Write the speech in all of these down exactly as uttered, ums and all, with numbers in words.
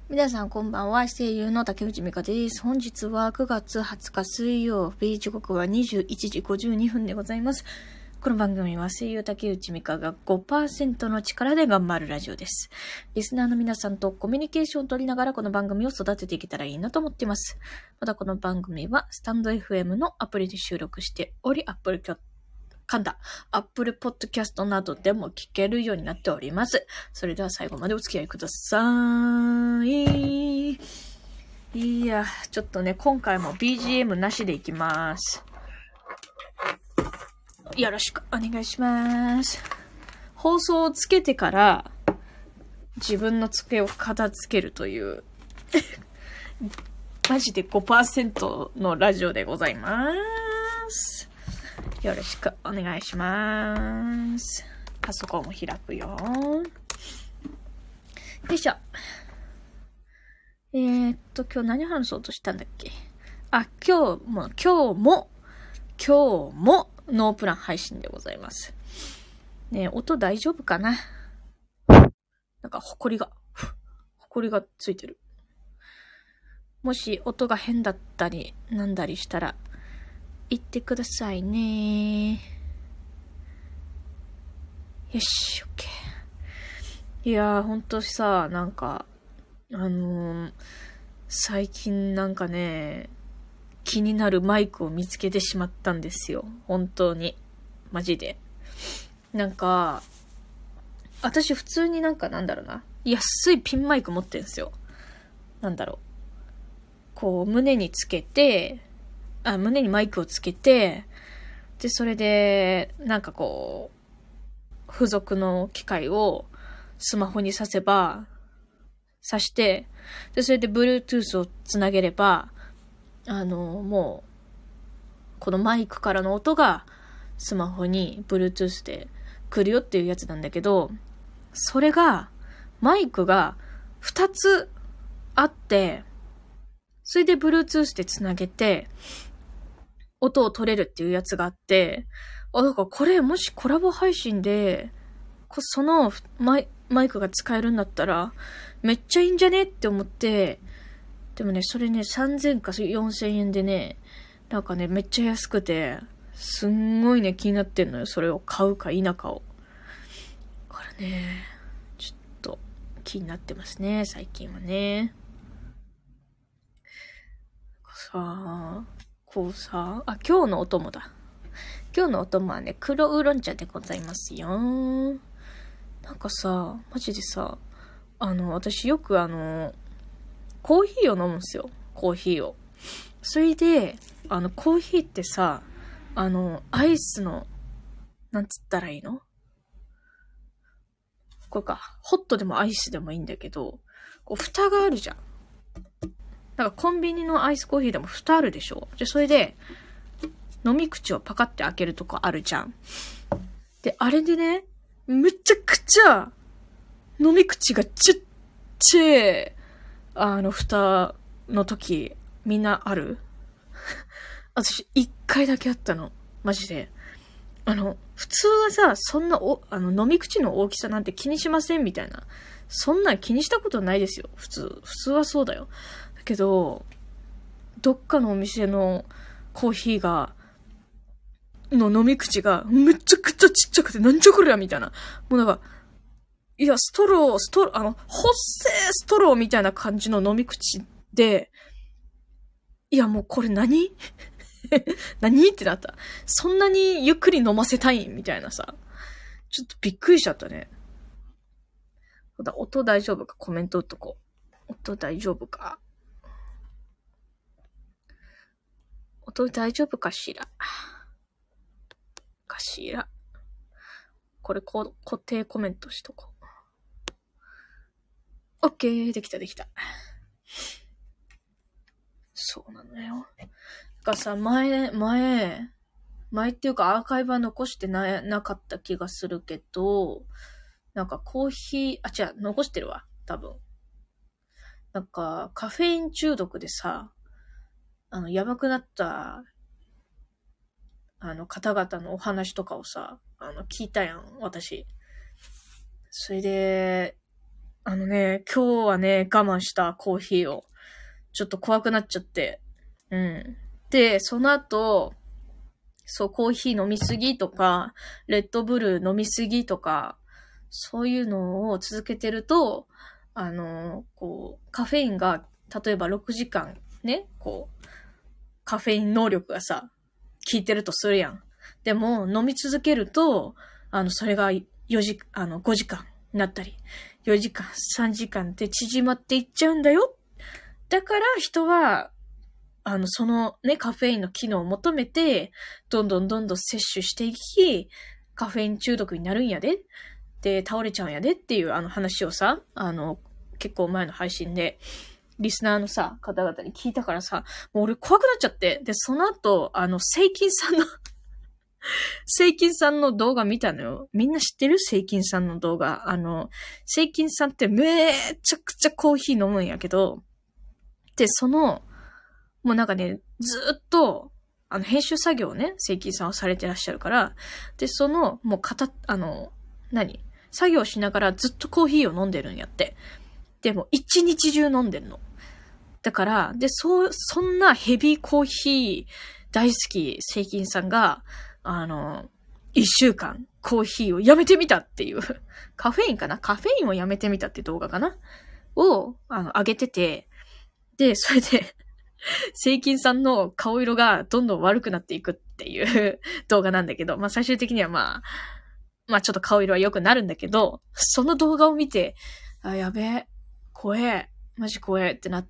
皆さんこんばんは、声優の竹内美香です。本日はくがつはつか水曜日、時刻はにじゅういちじごじゅうにふんでございます。この番組は声優竹内美香が ごパーセント の力で頑張るラジオです。リスナーの皆さんとコミュニケーションを取りながらこの番組を育てていけたらいいなと思っています。またこの番組はスタンド エフエム のアプリで収録しており、アップルキャッ噛んだ。Apple Podcast などでも聞けるようになっております。それでは最後までお付き合いください。いや、ちょっとね、今回も ビージーエム なしでいきます。よろしくお願いします。放送をつけてから自分の机を片付けるというマジで ごパーセント のラジオでございます。よろしくお願いします。パソコンも開くよ。よいしょ。えー、っと、今日何話そうとしたんだっけ？あ、今日も、今日も、今日もノープラン配信でございます。ねえ、音大丈夫かな？なんか、ほこりが、ほこりがついてる。もし音が変だったり、なんだりしたら、言ってくださいね。よし、オッケー。いやー、ほんとさ、なんか、あのー、最近なんかね、気になるマイクを見つけてしまったんですよ。本当に。マジで。なんか、私普通になんかなんだろうな。安いピンマイク持ってんすよ。なんだろう。こう、胸につけて、あ、胸にマイクをつけて、で、それで、なんかこう、付属の機械をスマホに挿せば、挿して、で、それで Bluetooth をつなげれば、あの、もう、このマイクからの音がスマホに Bluetooth で来るよっていうやつなんだけど、それが、マイクがふたつあって、それで Bluetooth でつなげて、音を取れるっていうやつがあって、あ、だからこれもしコラボ配信で、そのマイ、マイクが使えるんだったら、めっちゃいいんじゃねって思って、でもね、それね、さんぜんかよんせんえんでね、なんかね、めっちゃ安くて、すんごいね、気になってんのよ。それを買うか否かを。これね、ちょっと気になってますね、最近はね。さあ、こうさ、あ、今日のお供だ。今日のお供はね、黒ウーロン茶でございますよ。なんかさ、マジでさ、あの、私よくあの、コーヒーを飲むんすよ。コーヒーを。それで、あの、コーヒーってさ、あの、アイスの、なんつったらいいの？これか、ホットでもアイスでもいいんだけど、こう、蓋があるじゃん。なんかコンビニのアイスコーヒーでも蓋あるでしょ？で、それで、飲み口をパカって開けるとこあるじゃん。で、あれでね、めちゃくちゃ、飲み口がちっちゃい、あの、蓋の時、みんなある？私、一回だけあったの。マジで。あの、普通はさ、そんなお、あの、飲み口の大きさなんて気にしませんみたいな。そんなん気にしたことないですよ。普通。普通はそうだよ。だけど、どっかのお店のコーヒーが、の飲み口がめちゃくちゃちっちゃくて、なんじゃこりゃみたいな。もうなんか、いや、ストロー、ストロー、あの、細いストローみたいな感じの飲み口で、いや、もうこれ何何ってなった。そんなにゆっくり飲ませたいみたいなさ。ちょっとびっくりしちゃったね。そうだ、音大丈夫かコメント打っとこう。音大丈夫か音大丈夫かしらかしら。これこ固定コメントしとこう。オッケー、できたできた。そうなのよ。がさ、前、前、前っていうかアーカイブは残してな、なかった気がするけど、なんかコーヒー、あ、違う、残してるわ、多分。なんか、カフェイン中毒でさ、あの、やばくなった、あの、方々のお話とかをさ、あの、聞いたやん、私。それで、 あのね、今日はね、我慢したコーヒーを。ちょっと怖くなっちゃって。うん。で、その後、そう、コーヒー飲みすぎとか、レッドブル飲みすぎとか、そういうのを続けてると、あの、こう、カフェインが、例えばろくじかんね、こう、カフェイン能力がさ、効いてるとするやん。でも、飲み続けると、あの、それがよじ、あの、ごじかんになったり、よじかん、さんじかんって縮まっていっちゃうんだよ。だから人は、あの、そのね、カフェインの機能を求めて、どんどんどんどん摂取していき、カフェイン中毒になるんやで。で、倒れちゃうんやでっていうあの話をさ、あの、結構前の配信で、リスナーのさ、方々に聞いたからさ、もう俺怖くなっちゃって。で、その後、あの、セイキンさんの、セイキンさんの動画見たのよ。みんな知ってる？セイキンさんの動画。あの、セイキンさんってめちゃくちゃコーヒー飲むんやけど、で、その、もうなんかね、ずーっと、あの、編集作業をね、セイキンさんはされてらっしゃるから、で、その、もう、かた、あの、何？作業しながらずっとコーヒーを飲んでるんやって。でも、一日中飲んでるの。だから、で、そう、そんなヘビーコーヒー大好きセイキンさんが、あの、一週間コーヒーをやめてみたっていう、カフェインかな？カフェインをやめてみたって動画かな？を、あの、上げてて、で、それで、セイキンさんの顔色がどんどん悪くなっていくっていう動画なんだけど、まあ最終的にはまあ、まあちょっと顔色は良くなるんだけど、その動画を見て、あ、やべえ、怖え、マジ怖えってなって、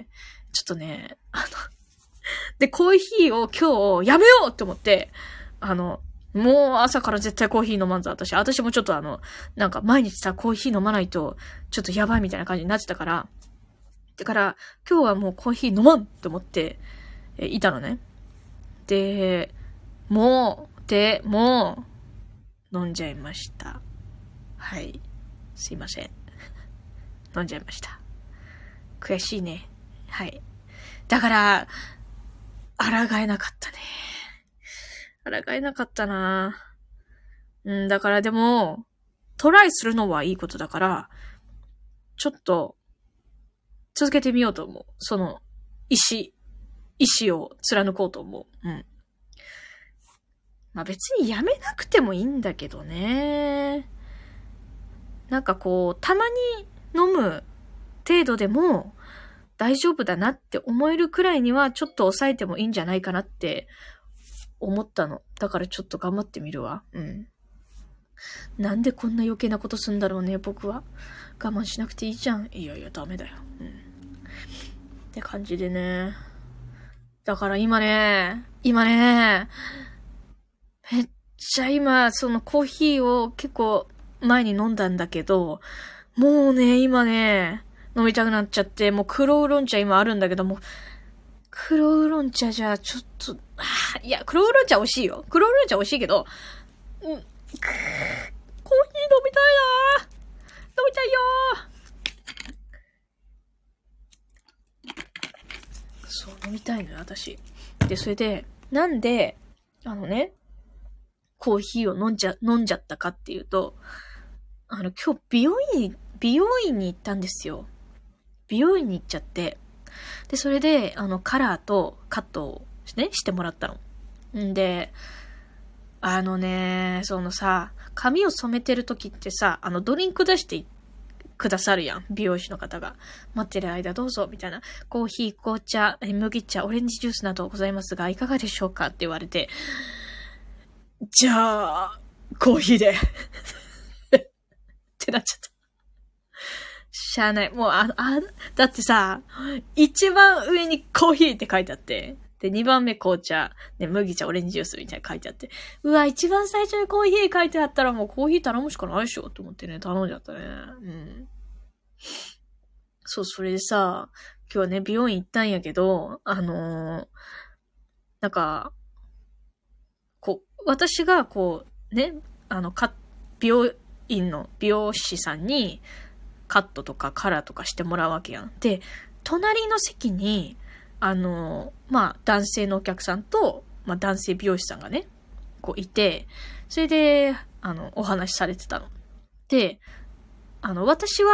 ちょっとね、あの、で、コーヒーを今日やめようって思って、あの、もう朝から絶対コーヒー飲まんぞ、私。私もちょっとあの、なんか毎日さ、コーヒー飲まないと、ちょっとやばいみたいな感じになってたから、だから、今日はもうコーヒー飲まんって思って、え、いたのね。で、もう、で、もう、飲んじゃいました。はい。すいません。飲んじゃいました。悔しいね。はい。だから、抗えなかったね。抗えなかったな。うん、だからでも、トライするのはいいことだから、ちょっと、続けてみようと思う。その、意志、意志を貫こうと思う。うん。まあ別にやめなくてもいいんだけどね。なんかこう、たまに飲む程度でも大丈夫だなって思えるくらいにはちょっと抑えてもいいんじゃないかなって思ったの。だからちょっと頑張ってみるわ。うん。なんでこんな余計なことすんだろうね、僕は。我慢しなくていいじゃん。いやいや、ダメだよ。うん。って感じでね。だから今ね、今ね、めっちゃ今、そのコーヒーを結構前に飲んだんだけど、もうね、今ね、飲みたくなっちゃって、もう黒ウーロン茶今あるんだけども、黒ウーロン茶じゃちょっと、いや、黒ウーロン茶美味しいよ。黒ウーロン茶美味しいけど、うん、コーヒー飲みたいなー。飲みたいよー。そう、飲みたいのよ、私。で、それで、なんで、あのね、コーヒーを飲んじゃ、飲んじゃったかっていうと、あの、今日美容院に、美容院に行ったんですよ。美容院に行っちゃって。で、それで、あの、カラーとカットをね、してもらったの。んで、あのね、そのさ、髪を染めてる時ってさ、あの、ドリンク出してくださるやん。美容師の方が。待ってる間どうぞ、みたいな。コーヒー、紅茶、麦茶、オレンジジュースなどございますが、いかがでしょうかって言われて、じゃあ、コーヒーで。ってなっちゃった。しゃあない。もう、あ、あ、だってさ、一番上にコーヒーって書いてあって、で、二番目紅茶、ね、麦茶、オレンジジュースみたいな書いてあって、うわ、一番最初にコーヒー書いてあったらもうコーヒー頼むしかないでしょと思ってね、頼んじゃったね。うん。そう、それでさ、今日はね、美容院行ったんやけど、あのー、なんか、こう、私がこう、ね、あの、か、美容院の美容師さんに、カットとかカラーとかしてもらうわけやん。で、隣の席に、あの、まあ、男性のお客さんと、まあ、男性美容師さんがね、こういて、それで、あの、お話しされてたの。で、あの、私は、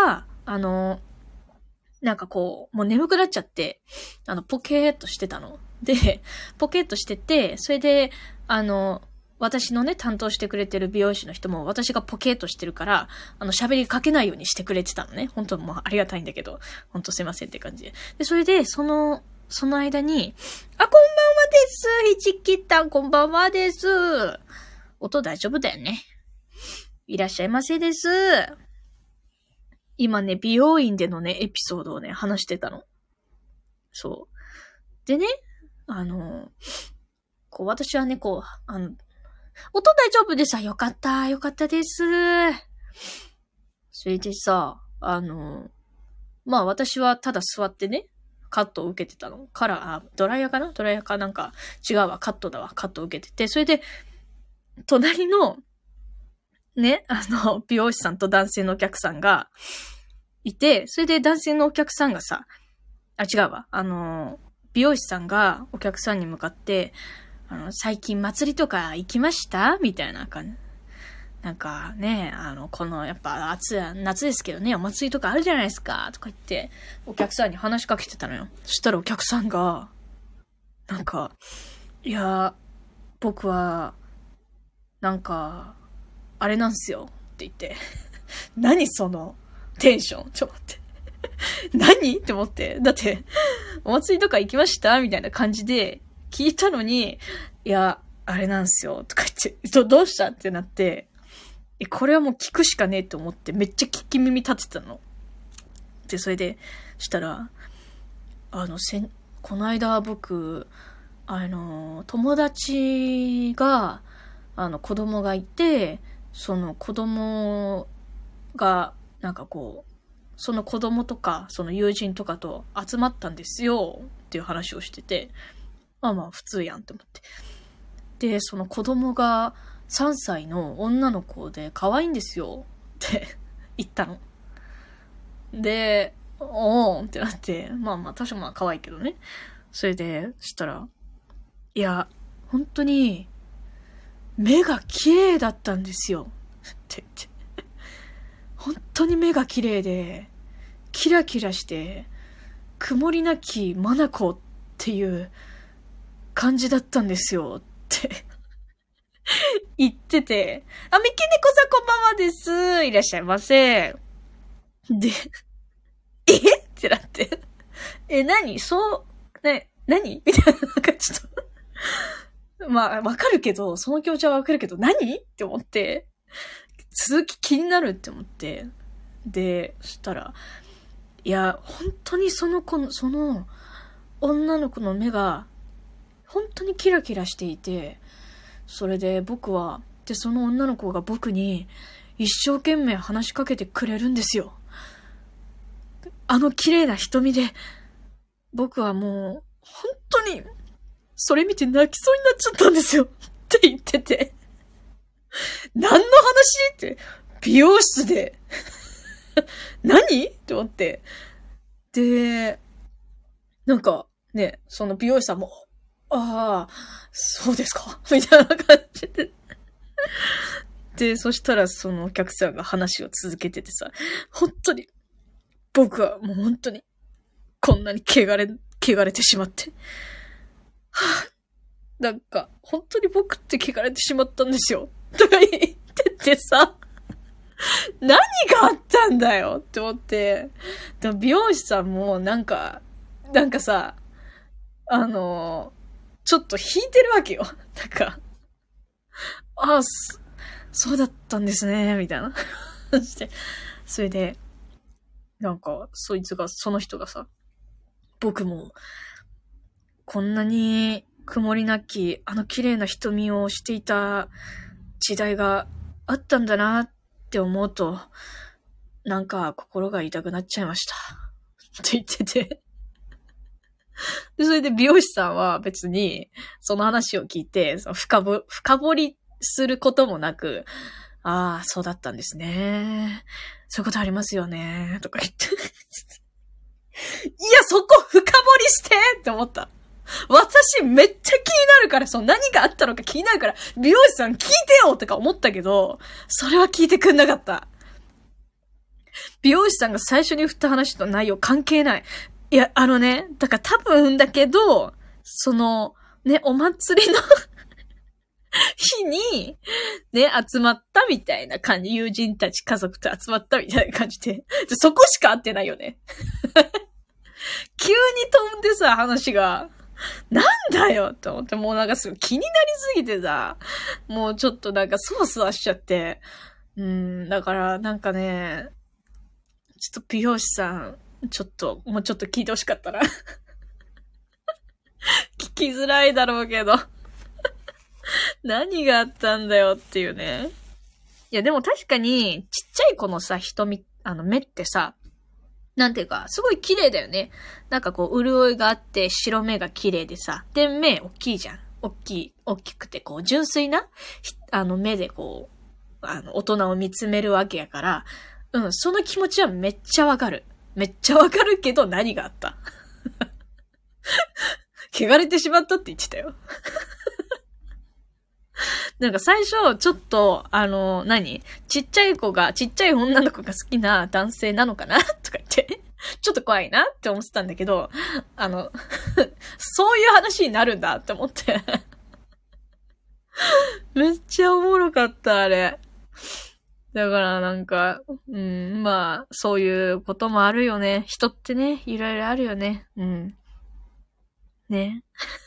あの、なんかこう、もう眠くなっちゃって、あの、ポケーっとしてたの。で、ポケーっとしてて、それで、あの、私のね、担当してくれてる美容師の人も、私がポケーっとしてるから、あの、喋りかけないようにしてくれてたのね。本当もうありがたいんだけど、本当すいませんって感じで。で、それで、その、その間に、あ、こんばんはです。ひちきたん、こんばんはです。音大丈夫だよね。いらっしゃいませです。今ね、美容院でのね、エピソードをね、話してたの。そう。でね、あの、こう、私はね、こう、あの、音大丈夫でさ、よかった、よかったです。それでさ、あの、まあ私はただ座ってね、カットを受けてたのから、あ、ドライヤーかなドライヤーかなんか、違うわ、カットだわ、カットを受けてて、それで、隣の、ね、あの、美容師さんと男性のお客さんがいて、それで男性のお客さんがさ、あ、違うわ、あの、美容師さんがお客さんに向かって、あの、最近祭りとか行きましたみたいな感じ。なんかね、あの、この、やっぱ暑い、夏ですけどね、お祭りとかあるじゃないですかとか言って、お客さんに話しかけてたのよ。そしたらお客さんが、なんか、いや、僕は、なんか、あれなんすよって言って、何そのテンションちょっと待って。何って思って。だって、お祭りとか行きましたみたいな感じで聞いたのに、いや、あれなんすよとか言って、ど、どうしたってなって、え、これはもう聞くしかねえと思ってめっちゃ聞き耳立てたの。で、それで、したら、あの、せん、この間僕、あの、友達が、あの、子供がいて、その子供が、なんかこう、その子供とか、その友人とかと集まったんですよっていう話をしてて、まあまあ普通やんって思って。で、その子供がさんさいの女の子で可愛いんですよって言ったの。で、おーんってなって、まあまあ確かまあ可愛いけどね。それで、したら、いや、本当に、目が綺麗だったんですよって言って。本当に目が綺麗で、キラキラして、曇りなき眼っていう感じだったんですよって言ってて、あ、みきねこさんこんばんはです。いらっしゃいませ。で、えってなって。え、何そう、ね、何みたいな、なんかちょっと。まあ、わかるけど、その気持ちはわかるけど、何って思って、続き気になるって思って、で、そしたら、いや、本当にその子の、その女の子の目が、本当にキラキラしていて、それで僕は、で、その女の子が僕に一生懸命話しかけてくれるんですよ。あの綺麗な瞳で、僕はもう、本当に、それ見て泣きそうになっちゃったんですよ。って言ってて。何の話って、美容室で。何って思って。で、なんか、ね、その美容師さんも、ああ、そうですかみたいな感じで。で、そしたらそのお客さんが話を続けててさ、本当に、僕はもう本当に、こんなに汚れ、汚れてしまって。はぁ、なんか、本当に僕って汚れてしまったんですよ。とか言っててさ、何があったんだよって思って。でも美容師さんもなんか、なんかさ、あの、ちょっと引いてるわけよ。なんか、ああ、そうだったんですね、みたいな。それで、なんか、そいつが、その人がさ、僕も、こんなに曇りなき、あの綺麗な瞳をしていた時代があったんだなって思うと、なんか心が痛くなっちゃいました。って言ってて。で、それで美容師さんは別に、その話を聞いて、その深ぼ、深掘りすることもなく、ああ、そうだったんですね。そういうことありますよね。とか言って。いや、そこ深掘りしてって思った。私めっちゃ気になるから、その何があったのか気になるから、美容師さん聞いてよとか思ったけど、それは聞いてくんなかった。 美容師さんが最初に振った話と内容関係ない。いや、あのね、だから多分だけど、その、ね、お祭りの日に、ね、集まったみたいな感じ。友人たち家族と集まったみたいな感じで。でそこしか会ってないよね。急に飛んでさ、話が。なんだよって思って、もうなんかすごい気になりすぎてさ、もうちょっとなんかそわそわしちゃって。うん、だからなんかね、ちょっと美容師さん、ちょっと、もうちょっと聞いてほしかったな。聞きづらいだろうけど。何があったんだよっていうね。いやでも確かに、ちっちゃい子のさ、瞳、あの目ってさ、なんていうか、すごい綺麗だよね。なんかこう、潤いがあって、白目が綺麗でさ。で、目、大きいじゃん。大きい、大きくて、こう、純粋な、あの、目でこう、あの、大人を見つめるわけやから、うん、その気持ちはめっちゃわかる。めっちゃわかるけど、何があった汚れてしまったって言ってたよ。なんか最初、ちょっと、あの、何ちっちゃい子が、ちっちゃい女の子が好きな男性なのかなとか言って、ちょっと怖いなって思ってたんだけど、あの、そういう話になるんだって思って。めっちゃおもろかった、あれ。だからなんか、うん、まあ、そういうこともあるよね。人ってね、いろいろあるよね。うん。ね。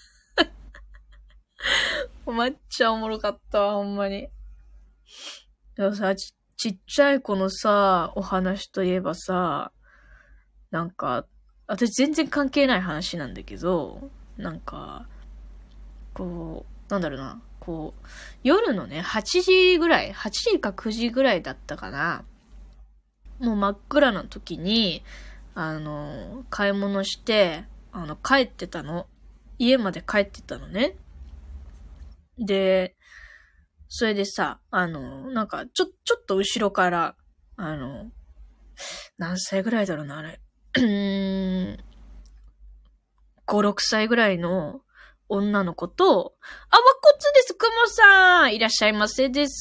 めっちゃおもろかったわ、ほんまに。でもさ、ち、ちっちゃい子のさ、お話といえばさ、なんか、私全然関係ない話なんだけど、なんか、こう、なんだろうな、こう、夜のね、はちじぐらい、はちじかくじぐらいだったかな。もう真っ暗な時に、あの、買い物して、あの、帰ってたの。家まで帰ってたのね。で、それでさ、あの、なんか、ちょ、ちょっと後ろから、あの、何歳ぐらいだろうな、あれ。うーん、ご、ろくさいぐらいの女の子と、あ、わこつです、くもさんいらっしゃいませです。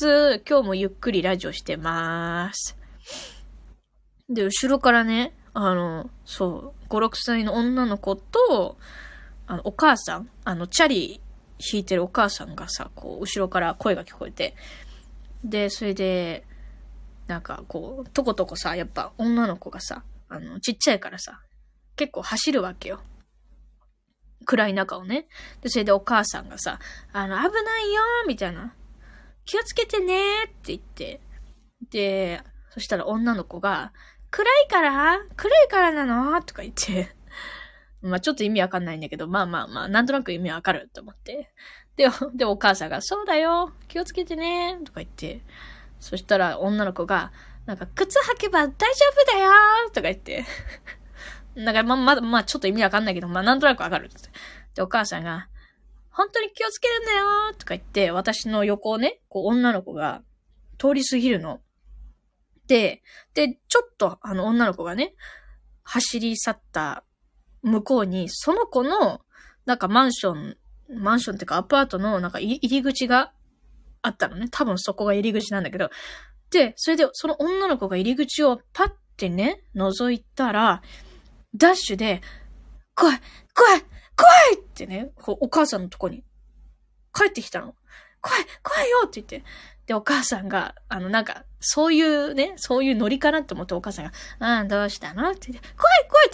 今日もゆっくりラジオしてまーす。で、後ろからね、あの、そう、ご、ろくさいの女の子と、あの、お母さん、あの、チャリ弾いてるお母さんがさ、こう、後ろから声が聞こえて、で、それで、なんか、こう、とことこさ、やっぱ女の子がさ、あの、ちっちゃいからさ、結構走るわけよ。暗い中をね。で、それでお母さんがさ、あの、危ないよーみたいな。気をつけてねーって言って。で、そしたら女の子が、暗いから暗いからなのとか言って。まあちょっと意味わかんないんだけど、まあまあまあ、なんとなく意味わかると思って。で、で、お母さんが、そうだよ気をつけてねとか言って。そしたら女の子が、なんか、靴履けば大丈夫だよとか言って。なんか、ま、まだ、まあ、ちょっと意味わかんないけど、まあ、なんとなくわかる。で、お母さんが、本当に気をつけるんだよとか言って、私の横をね、こう、女の子が通り過ぎるの。で、で、ちょっと、あの、女の子がね、走り去った向こうに、その子の、なんかマンション、マンションっていうかアパートの、なんか入り口があったのね。多分そこが入り口なんだけど。で、それで、その女の子が入り口をパッてね、覗いたら、ダッシュで、怖い怖い怖いってね、こうお母さんのとこに帰ってきたの。怖い怖いよって言って。で、お母さんが、あの、なんか、そういうね、そういうノリかなって思ってお母さんが、ああ、どうしたのって言って、怖い怖いって、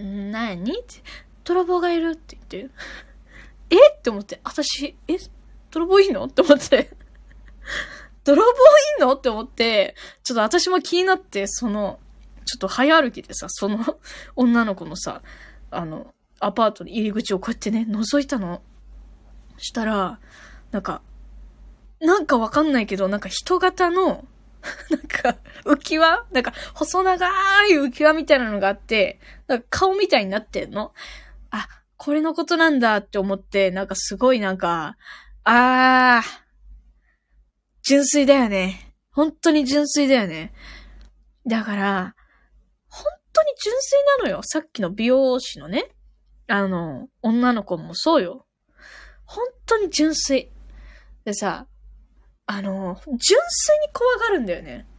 んー、なにって、泥棒がいるって言って、えって思って、私、え泥棒いいのって思って、泥棒いいのって思って、ちょっと私も気になって、その、ちょっと早歩きでさ、その女の子のさ、あの、アパートの入り口をこうやってね、覗いたの。したら、なんか、なんかわかんないけど、なんか人型の、なんか、浮き輪なんか、細長い浮き輪みたいなのがあって、なんか顔みたいになってんの。あ、これのことなんだって思って、なんかすごいなんか、あー、純粋だよね。本当に純粋だよね。だから、本当に純粋なのよ。さっきの美容師のね、あの、女の子もそうよ。本当に純粋。でさ、あの、純粋に怖がるんだよね。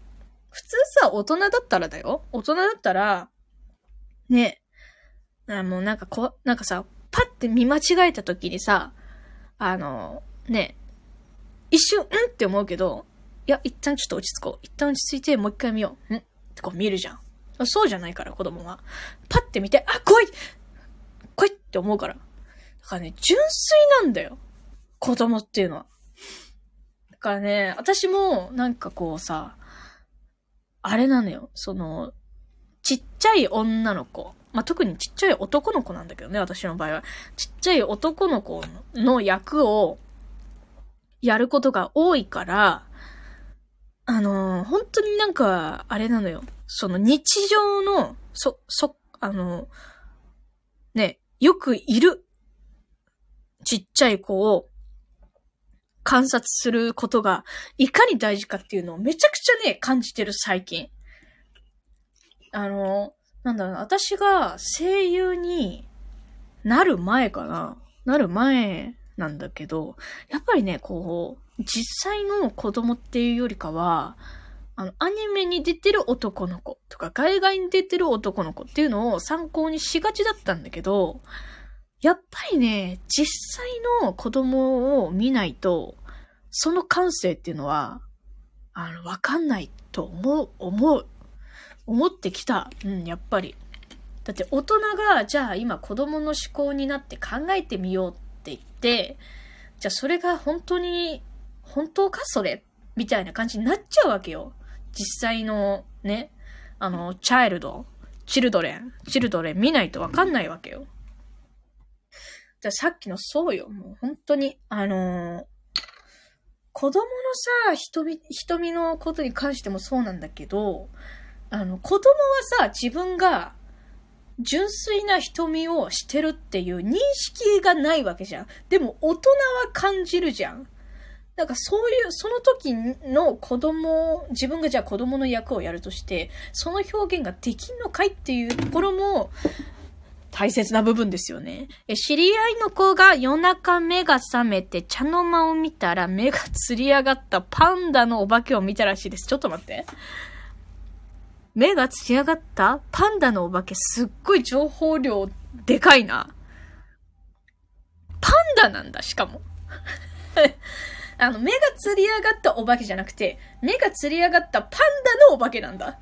普通さ、大人だったらだよ。大人だったら、ね、あもうなんかこ、なんかさ、パッて見間違えた時にさ、あの、ね、一瞬、んって思うけど、いや、一旦ちょっと落ち着こう。一旦落ち着いて、もう一回見よう。んってこう見るじゃん。そうじゃないから、子供は。パッて見て、あ、来い来いって思うから。だからね、純粋なんだよ。子供っていうのは。だからね、私も、なんかこうさ、あれなのよ。その、ちっちゃい女の子。まあ、特にちっちゃい男の子なんだけどね、私の場合は。ちっちゃい男の子の役をやることが多いから、あのー、本当になんか、あれなのよ。その日常の、そ、そ、あのー、ね、よくいるちっちゃい子を観察することがいかに大事かっていうのをめちゃくちゃね、感じてる最近。あの、なんだろうな、私が声優になる前かな。なる前なんだけど、やっぱりね、こう、実際の子供っていうよりかは、あの、アニメに出てる男の子とか、海外に出てる男の子っていうのを参考にしがちだったんだけど、やっぱりね、実際の子供を見ないと、その感性っていうのは、あの、わかんないと思う、思う、思ってきた。うん、やっぱり。だって大人が、じゃあ今子供の思考になって考えてみようって言って、じゃあそれが本当に、本当かそれみたいな感じになっちゃうわけよ。実際のね、あの、チャイルド、チルドレン、チルドレン見ないとわかんないわけよ。じゃあさっきのそうよ。もう本当に、あのー、子供のさ、瞳、瞳のことに関してもそうなんだけど、あの、子供はさ、自分が純粋な瞳をしてるっていう認識がないわけじゃん。でも大人は感じるじゃん。なんかそういう、その時の子供、自分がじゃあ子供の役をやるとして、その表現ができんのかいっていうところも、大切な部分ですよね。え、知り合いの子が夜中目が覚めて茶の間を見たら目がつり上がったパンダのお化けを見たらしいです。ちょっと待って。目がつり上がったパンダのお化け、すっごい情報量でかいな。パンダなんだ、しかも。あの、目がつり上がったお化けじゃなくて、目がつり上がったパンダのお化けなんだ。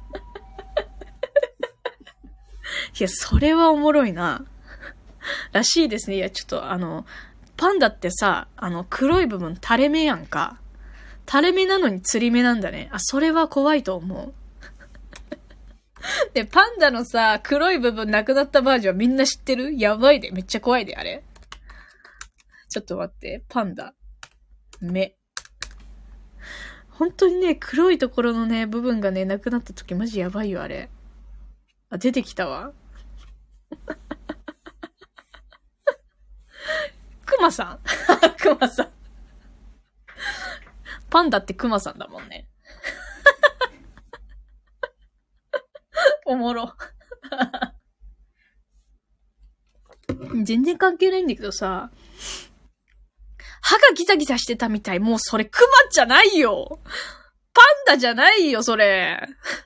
いや、それはおもろいな。らしいですね。いや、ちょっとあの、パンダってさ、あの、黒い部分垂れ目やんか。垂れ目なのに釣り目なんだね。あ、それは怖いと思う。で、パンダのさ、黒い部分なくなったバージョンみんな知ってる？やばいで。めっちゃ怖いで、あれ。ちょっと待って。パンダ。目。本当にね、黒いところのね、部分がね、なくなった時マジやばいよ、あれ。あ、出てきたわ。クマさんクマさん。パンダってクマさんだもんね。おもろ。全然関係ないんだけどさ、歯がギザギザしてたみたい。もうそれクマじゃないよ。パンダじゃないよ、それ。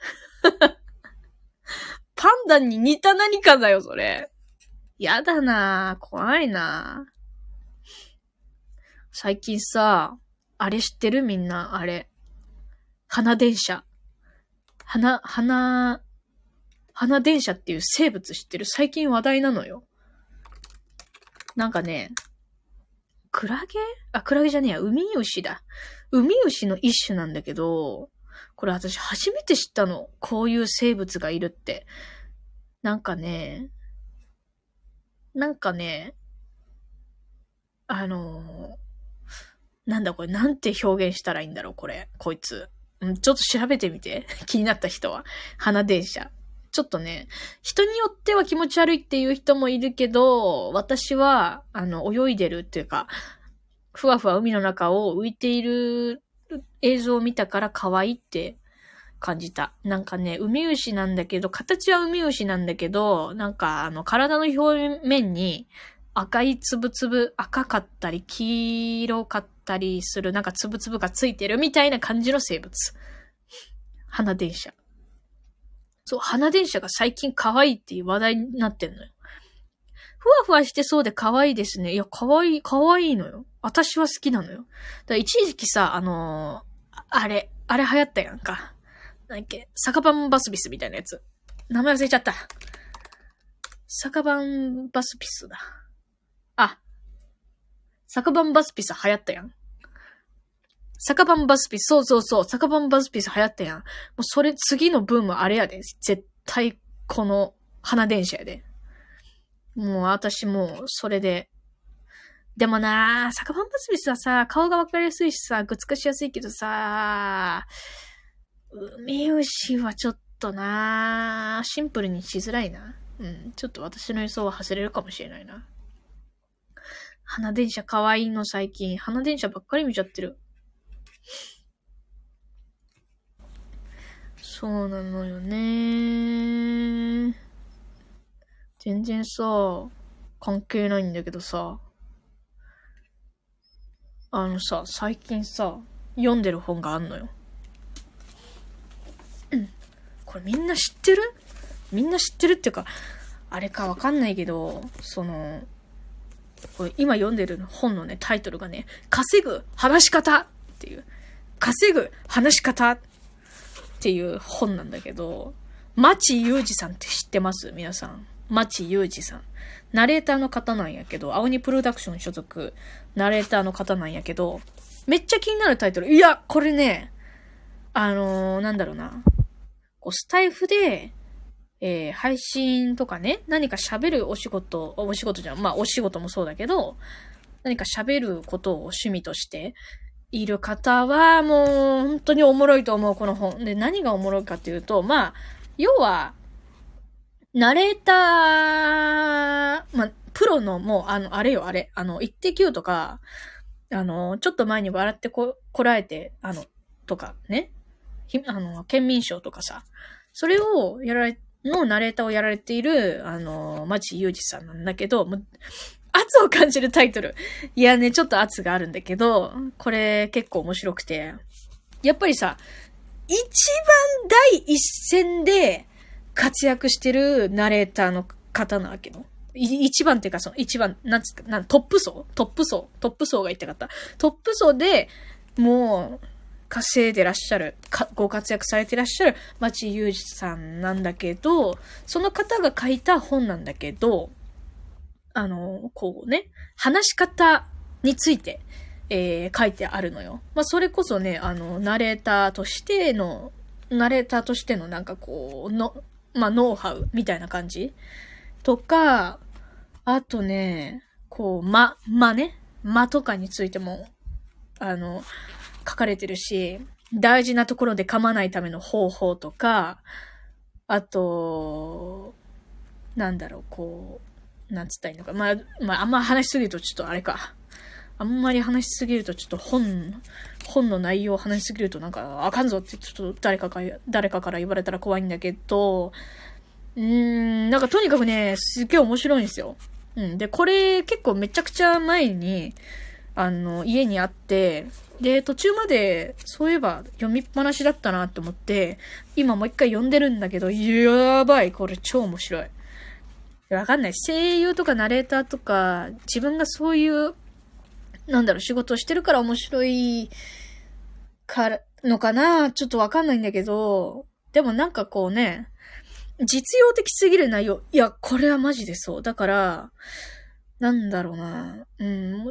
パンダに似た何かだよ、それ。やだなぁ。怖いなぁ。最近さ、あれ知ってる？みんな、あれ。花電車。花、花、花電車っていう生物知ってる？最近話題なのよ。なんかね、クラゲ？あ、クラゲじゃねえや。ウミウシだ。ウミウシの一種なんだけど、これ私初めて知ったの。こういう生物がいるって。なんかね、なんかね、あのー、なんだこれ、なんて表現したらいいんだろう、これ。こいつ。うん、ちょっと調べてみて。気になった人は。花電車。ちょっとね、人によっては気持ち悪いっていう人もいるけど、私は、あの、泳いでるっていうか、ふわふわ海の中を浮いている映像を見たから可愛いって感じた。なんかね、ウミウシなんだけど、形はウミウシなんだけど、なんかあの、体の表面に赤いつぶつぶ、赤かったり、黄色かったりする、なんかつぶつぶがついてるみたいな感じの生物。 花電車。そう、花電車が最近可愛いっていう話題になってんのよ。ふわふわしてそうで可愛いですね。いや、可愛い、可愛いのよ。私は好きなのよ。だから一時期さ、あのー、あれ、あれ流行ったやんか。なんだっけ、酒版バスビスみたいなやつ。名前忘れちゃった。酒版バスピスだ。あ、酒版バスピス流行ったやん。酒版バスピス、そうそうそう、酒版バスピス流行ったやん。もうそれ、次のブームあれやで。絶対、この、花電車やで。もう私もう、それで。でもなぁ、酒版バスピスはさ、顔がわかりやすいしさ、グツ化しやすいけどさ、海牛はちょっとなぁ、シンプルにしづらいな。うん、ちょっと私の予想は外れるかもしれないな。花電車可愛いの最近。花電車ばっかり見ちゃってる。そうなのよね。全然さ、関係ないんだけどさ。あのさ、最近さ、読んでる本があんのよ。うん。これみんな知ってる？みんな知ってるっていうか、あれかわかんないけど、その、これ今読んでる本のね、タイトルがね、稼ぐ話し方っていう、稼ぐ話し方っていう本なんだけど、町裕二さんって知ってます？皆さん。町裕二さん。ナレーターの方なんやけど、青鬼プロダクション所属、ナレーターの方なんやけど、めっちゃ気になるタイトル。いや、これね、あのー、なんだろうな。こうスタイフで、えー、配信とかね、何か喋るお仕事、お仕事じゃん、まあお仕事もそうだけど、何か喋ることを趣味としている方は、もう本当におもろいと思う、この本。で、何がおもろいかっていうと、まあ、要は、ナレーター、まあ、プロのもう、あの、あれよ、あれ、あの、イッテ Q とか、あの、ちょっと前に笑ってこ、こらえて、あの、とか、ね、あの、県民賞とかさ、それをやられ、のナレーターをやられている、あの、町裕二さんなんだけど、もう圧を感じるタイトル。いやね、ちょっと圧があるんだけど、これ結構面白くて、やっぱりさ、一番第一線で活躍してるナレーターの方なわけの。一番っていうか、その一番、なんつうか、なんトップ層トップ層トップ層が言ってかった。トップ層で、もう、稼いでらっしゃる、ご活躍されてらっしゃる町裕二さんなんだけど、その方が書いた本なんだけど、あの、こうね、話し方について、えー、書いてあるのよ。まあ、それこそね、あの、ナレーターとしての、ナレーターとしてのなんかこう、の、まあ、ノウハウみたいな感じとか、あとね、こう、間、間ね、間とかについても、あの、書かれてるし、大事なところで噛まないための方法とか、あと、なんだろう、こう、なんつったらいいのか。まあ、まあ、あんま話しすぎるとちょっとあれか。あんまり話しすぎるとちょっと本、本の内容を話しすぎるとなんかあかんぞってちょっと誰かか、誰かから言われたら怖いんだけど、うーん、なんかとにかくね、すっげえ面白いんですよ。うん。で、これ結構めちゃくちゃ前に、あの、家にあって、で、途中まで、そういえば読みっぱなしだったなって思って、今もう一回読んでるんだけど、やばい、これ超面白い。わかんない。声優とかナレーターとか、自分がそういう、なんだろう、仕事をしてるから面白い、から、のかなちょっとわかんないんだけど、でもなんかこうね、実用的すぎる内容。いや、これはマジでそう。だから、なんだろうな。うん、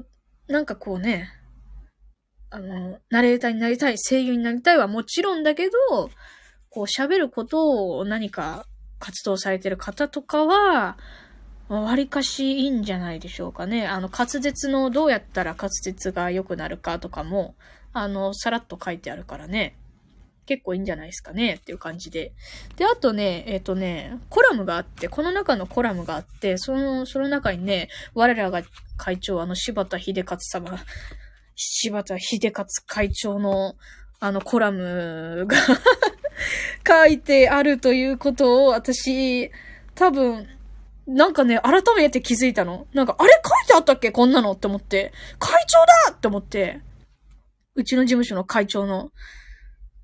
なんかこうね、あの、ナレーターになりたい、声優になりたいはもちろんだけど、こう喋ることを何か活動されてる方とかは、わりかしいいんじゃないでしょうかね。あの、滑舌のどうやったら滑舌が良くなるかとかも、あの、さらっと書いてあるからね。結構いいんじゃないですかねっていう感じで。で、あとね、えっとね、コラムがあって、この中のコラムがあって、その、その中にね、我らが会長、あの、柴田秀勝様、柴田秀勝会長の、あの、コラムが書いてあるということを、私、多分、なんかね、改めて気づいたの。なんか、あれ書いてあったっけこんなのって思って、会長だって思って、うちの事務所の会長の、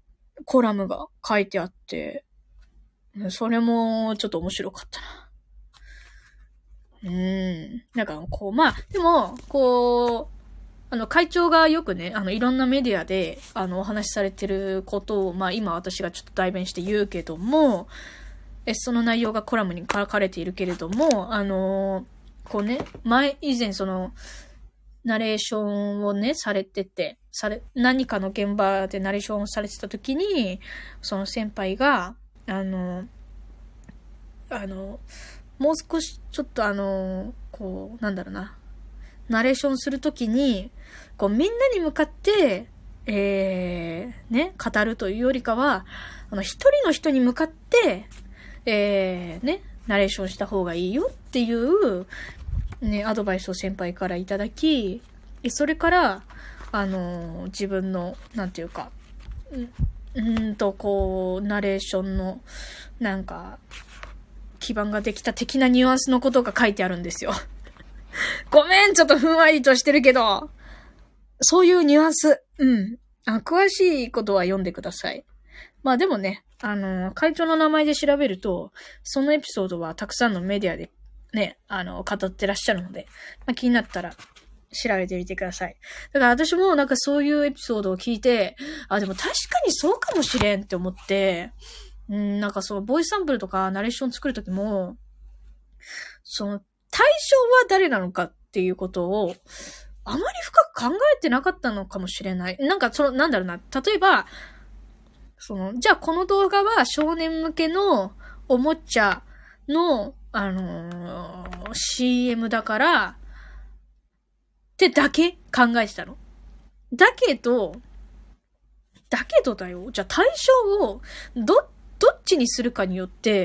コラムが書いてあって、それもちょっと面白かったな。うーん。なんかこう、まあ、でも、こう、あの、会長がよくね、あの、いろんなメディアで、あの、お話しされてることを、まあ、今私がちょっと代弁して言うけども、え、その内容がコラムに書かれているけれども、あの、こうね、前、以前その、ナレーションをね、されてて、され、何かの現場でナレーションをされてた時に、その先輩が、あの、あの、もう少し、ちょっとあの、こう、なんだろうな、ナレーションするときに、こう、みんなに向かって、えー、ね、語るというよりかは、あの、一人の人に向かって、えー、ね、ナレーションした方がいいよっていう、ね、アドバイスを先輩からいただき、それから、あの、自分の、なんていうか、んんーと、こう、ナレーションの、なんか、基盤ができた的なニュアンスのことが書いてあるんですよ。ごめん、ちょっとふんわりとしてるけど、そういうニュアンス、うん。あ、詳しいことは読んでください。まあでもね、あの、会長の名前で調べると、そのエピソードはたくさんのメディアでね、あの、語ってらっしゃるので、まあ、気になったら調べてみてください。だから私もなんかそういうエピソードを聞いて、あ、でも確かにそうかもしれんって思って、うん、なんかそのボイスサンプルとかナレーション作るときも、その対象は誰なのかっていうことを、あまり深く考えてなかったのかもしれない。なんかその、なんだろうな、例えば、その、じゃあこの動画は少年向けのおもちゃの、あのー、シーエム だから、ってだけ考えてたの。だけど、だけどだよ。じゃあ対象を、ど、どっちにするかによって、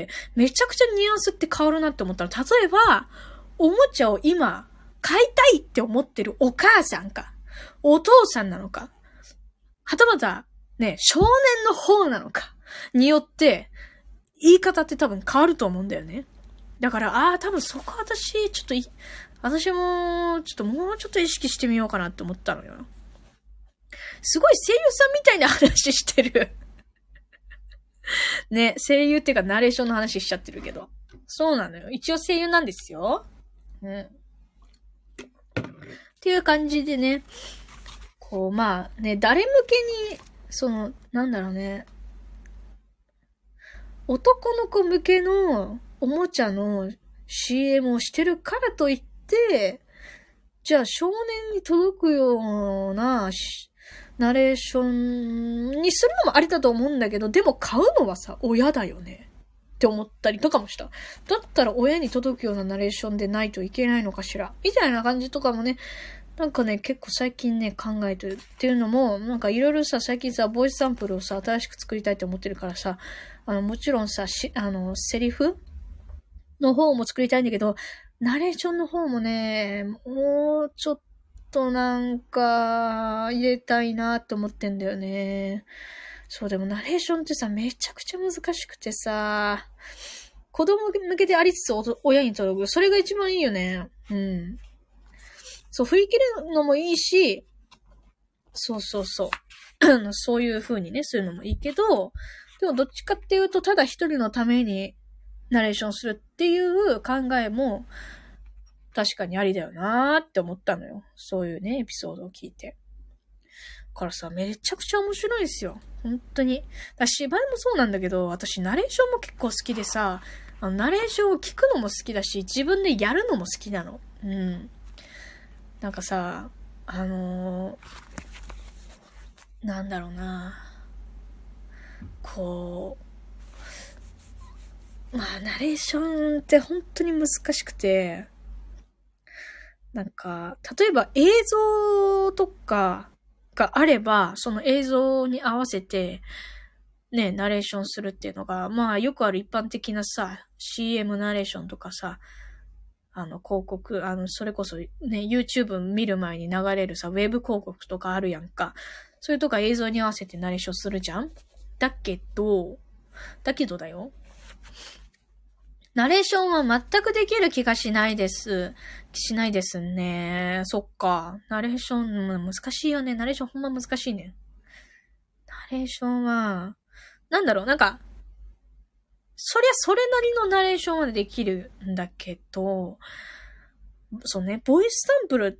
めちゃくちゃニュアンスって変わるなって思ったら、例えば、おもちゃを今、買いたいって思ってるお母さんか、お父さんなのか、はたまた、ね、少年の方なのか、によって、言い方って多分変わると思うんだよね。だから、ああ、多分そこ私、ちょっとい、私も、ちょっともうちょっと意識してみようかなって思ったのよ。すごい声優さんみたいな話してる。ね、声優っていうかナレーションの話しちゃってるけど。そうなのよ。一応声優なんですよ。うん。っていう感じでね、こう、まあね、誰向けに、その、なんだろうね、男の子向けのおもちゃの シーエム をしてるからといって、じゃあ少年に届くようなナレーションにするのもありだと思うんだけど、でも買うのはさ、親だよねって思ったりとかもした。だったら親に届くようなナレーションでないといけないのかしらみたいな感じとかもね、なんかね、結構最近ね、考えてるっていうのも、なんかいろいろさ、最近さ、ボイスサンプルをさ、新しく作りたいと思ってるからさ、あの、もちろんさ、し、あの、セリフの方も作りたいんだけど、ナレーションの方もね、もうちょっとなんか、入れたいなって思ってんだよね。そう、でもナレーションってさ、めちゃくちゃ難しくてさ、子供向けでありつつ親に届く。それが一番いいよね。うん。そう、振り切るのもいいし、そうそうそう。そういう風にね、するのもいいけど、でもどっちかっていうと、ただ一人のためにナレーションするっていう考えも、確かにありだよなーって思ったのよ。そういうね、エピソードを聞いて。だからさ、めちゃくちゃ面白いですよ。本当に。だ芝居もそうなんだけど、私ナレーションも結構好きでさ、あのナレーションを聞くのも好きだし、自分でやるのも好きなの。うん。なんかさ、あのー、なんだろうな。こう、まあ、ナレーションって本当に難しくて、なんか、例えば映像とかがあれば、その映像に合わせて、ね、ナレーションするっていうのが、まあ、よくある一般的なさ、シーエム ナレーションとかさ、あの、広告、あの、それこそね、YouTube 見る前に流れるさ、ウェブ広告とかあるやんか。それとか映像に合わせてナレーションするじゃん？だけど、だけどだよ。ナレーションは全くできる気がしないです。しないですね。そっか。ナレーション、難しいよね。ナレーションほんま難しいね。ナレーションは、 なんだろう、なんか、そりゃそれなりのナレーションはできるんだけど、そうね、ボイスサンプルって、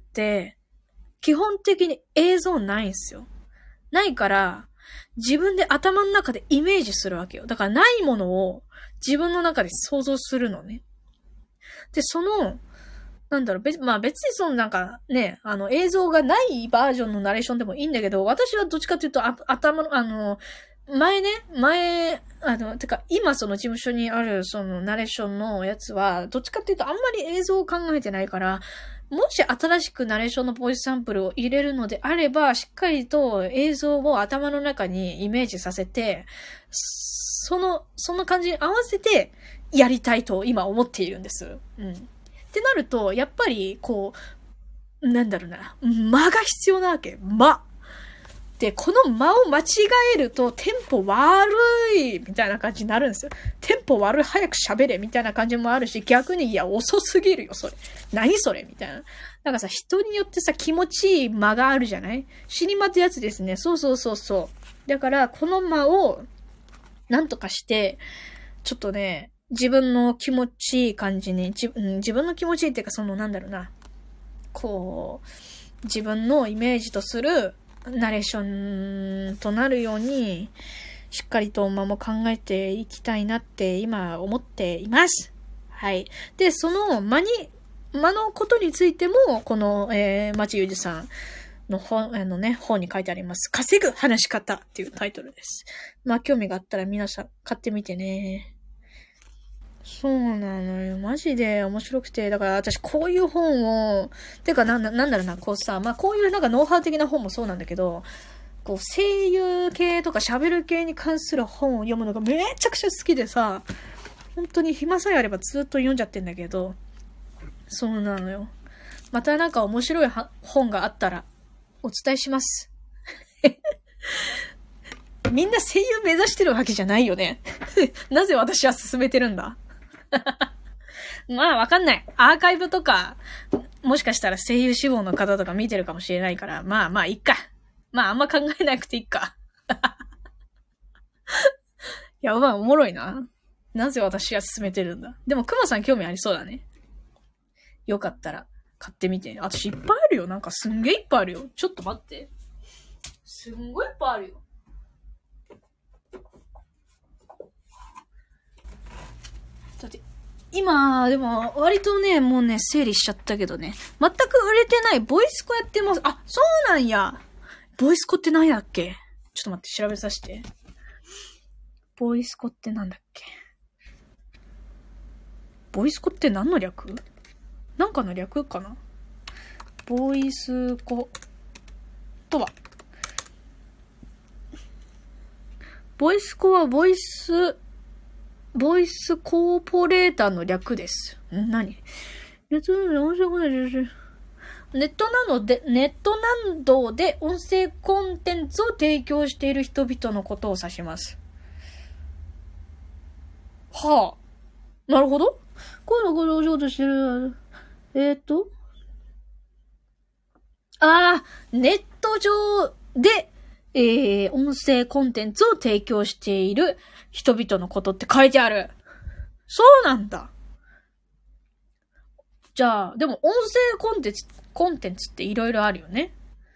基本的に映像ないんですよ。ないから、自分で頭の中でイメージするわけよ。だからないものを自分の中で想像するのね。で、その、なんだろう、別、まあ別にそのなんかね、あの映像がないバージョンのナレーションでもいいんだけど、私はどっちかというと、あ頭の、あの、前ね、前、あの、てか今その事務所にあるそのナレーションのやつは、どっちかっていうとあんまり映像を考えてないから、もし新しくナレーションのボイスサンプルを入れるのであれば、しっかりと映像を頭の中にイメージさせて、その、その感じに合わせてやりたいと今思っているんです。うん。ってなると、やっぱり、こう、なんだろうな、間が必要なわけ。間。で、この間を間違えると、テンポ悪いみたいな感じになるんですよ。テンポ悪い、早く喋れみたいな感じもあるし、逆に、いや、遅すぎるよ、それ。何それみたいな。なんかさ、人によってさ、気持ちいい間があるじゃない死に間ってやつですね。そうそうそうそう。だから、この間を、なんとかして、ちょっとね、自分の気持ちいい感じに、自分、自分の気持ちいいっていうか、その、なんだろうな。こう、自分のイメージとする、ナレーションとなるように、しっかりと間も考えていきたいなって今思っています。はい。で、その間に、間のことについても、この、えー、町ゆじさんの本、あのね、本に書いてあります。稼ぐ話し方っていうタイトルです。まあ、興味があったら皆さん買ってみてね。そうなのよ。マジで面白くて。だから私こういう本を、てかな、な、なんだろうな、こうさ、まあこういうなんかノウハウ的な本もそうなんだけど、こう声優系とか喋る系に関する本を読むのがめちゃくちゃ好きでさ、本当に暇さえあればずっと読んじゃってんだけど、そうなのよ。またなんか面白い本があったらお伝えします。みんな声優目指してるわけじゃないよね。なぜ私は進めてるんだまあわかんない。アーカイブとか、もしかしたら声優志望の方とか見てるかもしれないから、まあまあいいか。まああんま考えなくていいか。いや、まあおもろいな。なぜ私は進めてるんだ。でもクマさん興味ありそうだね。よかったら買ってみて。私いっぱいあるよ。なんかすんげえいっぱいあるよ。ちょっと待って。すんごいいっぱいあるよ。だって今、でも、割とね、もうね、整理しちゃったけどね。全く売れてないボイスコやってます。あ、そうなんや。ボイスコって何やっけ？ちょっと待って、調べさせて。ボイスコってなんだっけ？ボイスコって何の略？なんかの略かな？ボイスコとは。ボイスコはボイス、ボイスコーポレーターの略です。ん何？ネットなので、ネットなどで音声コンテンツを提供している人々のことを指します。はあ。なるほど。こういうのこれをしようとしてる。えー、っと。ああ、ネット上で、えー、音声コンテンツを提供している人々のことって書いてある。そうなんだ。じゃあ、でも音声コンテンツ、コンテンツっていろいろあるよね。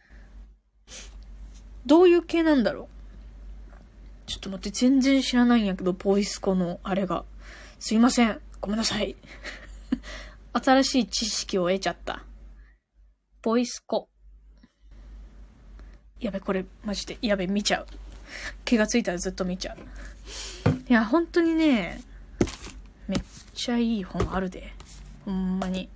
どういう系なんだろう。ちょっと待って、全然知らないんやけど、ボイスコのあれが。すいません。ごめんなさい。新しい知識を得ちゃった。ボイスコ。やべ、これ、マジで、やべ、見ちゃう。気がついたらずっと見ちゃう。いや、本当にね、めっちゃいい本あるで。ほんまに。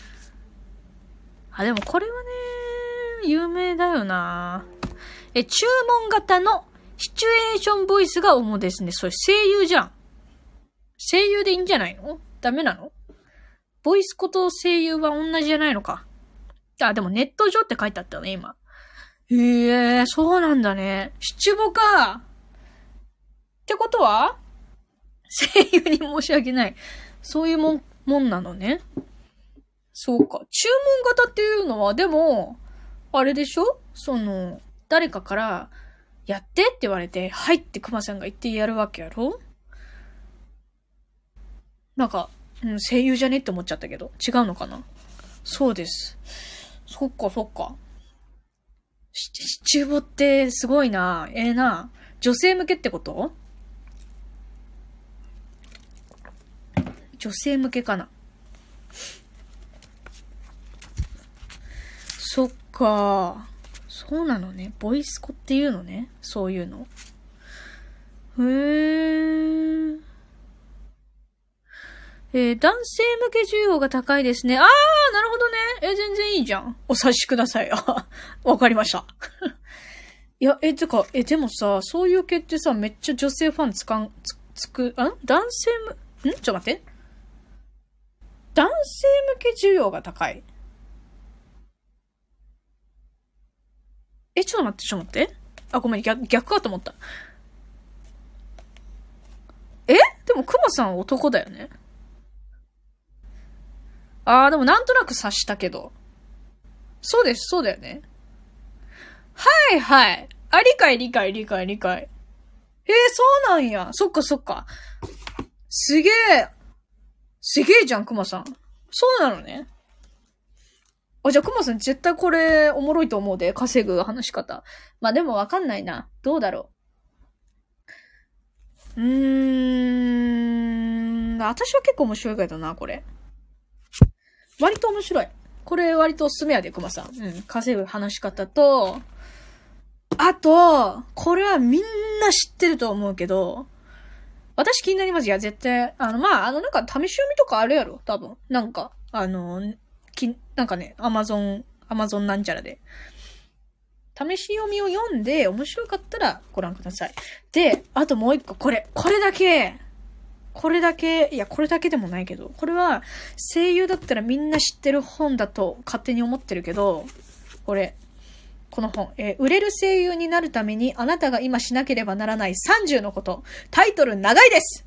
あ、でもこれはね、有名だよな。え、注文型のシチュエーションボイスが主ですね。それ声優じゃん。声優でいいんじゃないの？ダメなの？ボイスコと声優は同じじゃないのか。あ、でもネット上って書いてあったね、今。へえ、そうなんだね。七五か。ってことは声優に申し訳ない。そういうもん、もんなのね。そうか。注文型っていうのは、でも、あれでしょ？その、誰かから、 やってって言われて、はいってクマさんが言ってやるわけやろ。なんか、うん、声優じゃねって思っちゃったけど、違うのかな。そうです。そっかそっか。七五ってすごいな。ええー、な。女性向けってこと？女性向けかな。そっか。そうなのね。ボイスコっていうのね。そういうの。へー。えー、男性向け需要が高いですね。あー、なるほどね。え、全然いいじゃん。お察しください。あ、わかりました。いや、え、てか、え、でもさ、そういう系ってさ、めっちゃ女性ファンつかん、つ、つく、ん男性む、んちょっと待って。男性向け需要が高い。え、ちょっと待って、ちょっと待って。あ、ごめん、逆、逆かと思った。え？でも、クマさん男だよね。あー、でもなんとなく察したけど。そうです、そうだよね。はいはい。あ、理解理解理解理解。えー、そうなんや。そっかそっか。すげえ。すげえじゃん、クマさん。そうなのね。あ、じゃあクマさん絶対これおもろいと思うで、稼ぐ話し方。まあでもわかんないな。どうだろう。うーん。私は結構面白いけどな、これ。割と面白い。これ割とおすすめやで、クマさん。うん。稼ぐ話し方と、あと、これはみんな知ってると思うけど、私気になります。いや、絶対、あの、まあ、あの、なんか、試し読みとかあるやろ多分。なんか、あの、き、なんかね、アマゾン、アマゾンなんちゃらで。試し読みを読んで、面白かったらご覧ください。で、あともう一個、これ、これだけ、これだけ、いや、これだけでもないけど、これは、声優だったらみんな知ってる本だと勝手に思ってるけど、これ、この本、えー、売れる声優になるためにあなたが今しなければならないさんじゅうのこと。タイトル長いです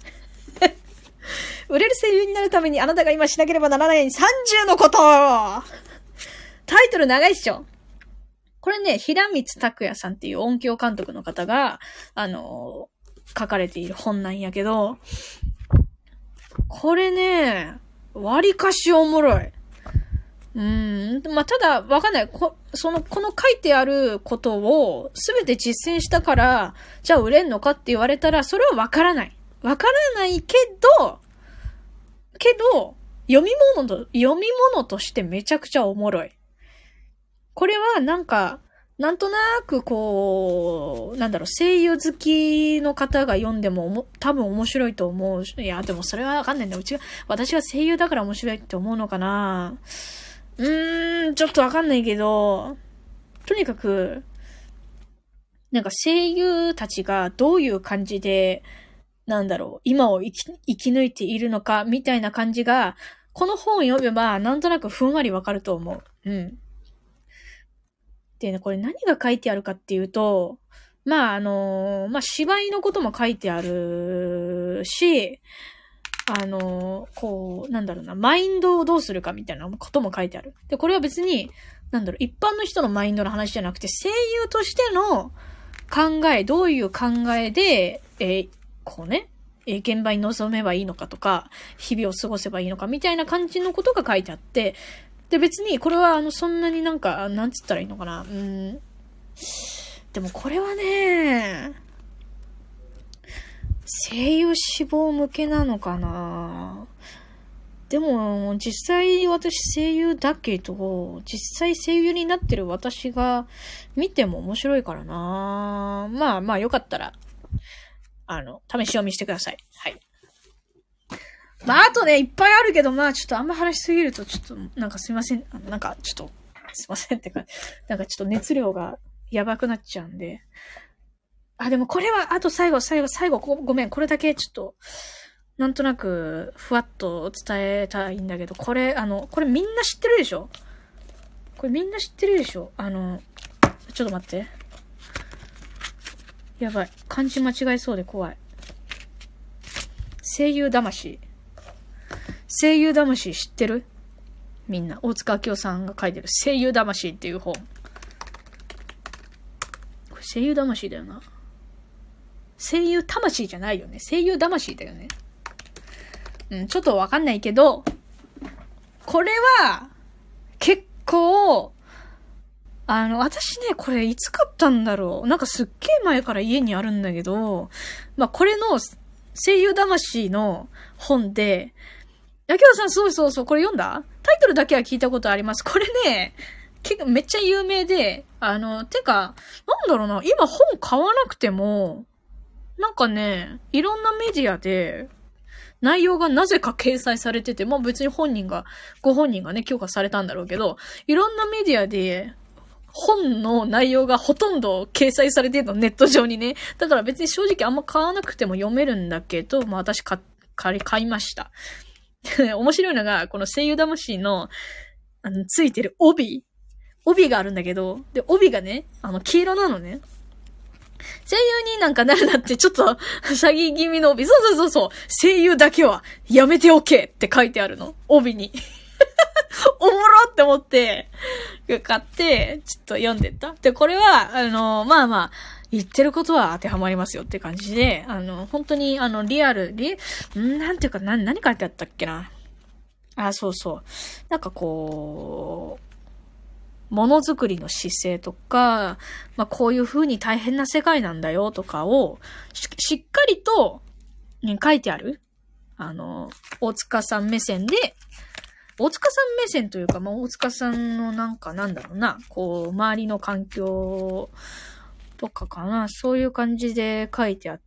売れる声優になるためにあなたが今しなければならないさんじゅうのこと。タイトル長いっしょ。これね、平光拓也さんっていう音響監督の方が、あのー、書かれている本なんやけど、これね、割かしおもろい。うーん。まあ、ただ、わかんない。こ、その、この書いてあることをすべて実践したから、じゃあ売れんのかって言われたら、それはわからない。わからないけど、けど、読み物と、読み物としてめちゃくちゃおもろい。これはなんか、なんとなくこう、なんだろう、声優好きの方が読んでもも多分面白いと思う。いや、でもそれはわかんないんだ。うちが、私が声優だから面白いって思うのかな。うーん、ちょっとわかんないけど、とにかく、なんか声優たちがどういう感じで、なんだろう、今を生き、生き抜いているのか、みたいな感じが、この本を読めば、なんとなくふんわりわかると思う。うん。でね、これ何が書いてあるかっていうと、まあ、あの、まあ、芝居のことも書いてあるし、あの、こう、なんだろうな、マインドをどうするかみたいなことも書いてある。で、これは別に、なんだろう、一般の人のマインドの話じゃなくて、声優としての考え、どういう考えで、えー、こうね、えー、現場に臨めばいいのかとか、日々を過ごせばいいのかみたいな感じのことが書いてあって、で、別に、これは、あの、そんなになんか、なんつったらいいのかな。うーん。でも、これはね、声優志望向けなのかな。でも、実際私声優だけど、実際声優になってる私が見ても面白いからな。まあまあ、よかったら、あの、試し読みしてください。はい。まあ、あとね、いっぱいあるけど、まあ、ちょっとあんま話しすぎると、ちょっと、なんかすいません。あのなんか、ちょっと、すいませんってか、なんかちょっと熱量がやばくなっちゃうんで。あ、でもこれは、あと最後、最後、最後、ご、ごめん、これだけちょっと、なんとなく、ふわっと伝えたいんだけど、これ、あの、これみんな知ってるでしょ？これみんな知ってるでしょ？あの、ちょっと待って。やばい。漢字間違えそうで怖い。声優魂。声優魂知ってる？みんな。大塚明夫さんが書いてる声優魂っていう本。これ声優魂だよな。声優魂じゃないよね。声優魂だよね。うん、ちょっとわかんないけど、これは、結構、あの、私ね、これいつ買ったんだろう。なんかすっげえ前から家にあるんだけど、まあ、これの声優魂の本で、やけどさん、そうそうそう、これ読んだ？タイトルだけは聞いたことあります。これね、結構めっちゃ有名で、あの、てか、なんだろうな、今本買わなくても、なんかね、いろんなメディアで、内容がなぜか掲載されてて、まあ別に本人が、ご本人がね、許可されたんだろうけど、いろんなメディアで、本の内容がほとんど掲載されてるの、ネット上にね。だから別に正直あんま買わなくても読めるんだけど、まあ私買、買い、買いました。面白いのが、この声優魂の、あの、ついてる帯。帯があるんだけど、で、帯がね、あの、黄色なのね。声優になんかなるなってちょっと詐欺気味の帯。そうそうそうそう。声優だけはやめておけって書いてあるの。帯に。おもろって思って、買って、ちょっと読んでった。で、これは、あの、まあまあ、言ってることは当てはまりますよって感じで、あの、本当に、あの、リアル、リ、んなんていうか、な、何書いてあったっけな。あ、そうそう。なんかこう、ものづくりの姿勢とか、まあこういう風に大変な世界なんだよとかをし、しっかりと、ね、書いてある。あの、大塚さん目線で、大塚さん目線というか、まあ大塚さんのなんかなんだろうな、こう、周りの環境とかかな、そういう感じで書いてあって、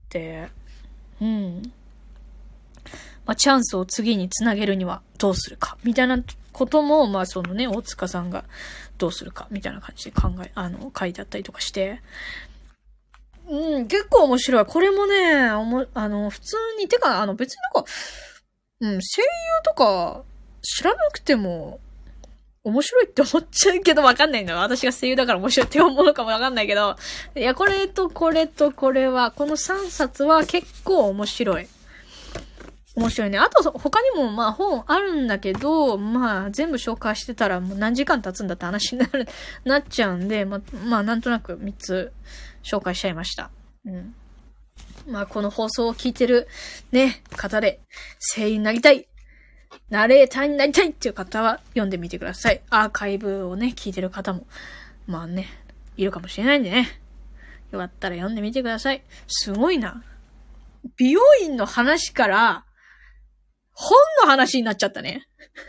うん。まあチャンスを次につなげるにはどうするか、みたいなことも、まあそのね、大塚さんがどうするか、みたいな感じで考え、あの、書いてあったりとかして、うん、結構面白い。これもね、おも、あの、普通に、てか、あの、別になんか、うん、声優とか知らなくても面白いって思っちゃうけどわかんないんだよ。私が声優だから面白いって思うのかもわかんないけど、いや、これとこれとこれは、このさんさつは結構面白い。面白いね。あと、他にもまあ本あるんだけど、まあ全部紹介してたらもう何時間経つんだって話になる、なっちゃうんで、まあ、まあなんとなくみっつ紹介しちゃいました。うん。まあこの放送を聞いてるね、方で声優になりたい、ナレーターになりたいっていう方は読んでみてください。アーカイブをね、聞いてる方も、まあね、いるかもしれないんでね。よかったら読んでみてください。すごいな。美容院の話から、本の話になっちゃったね。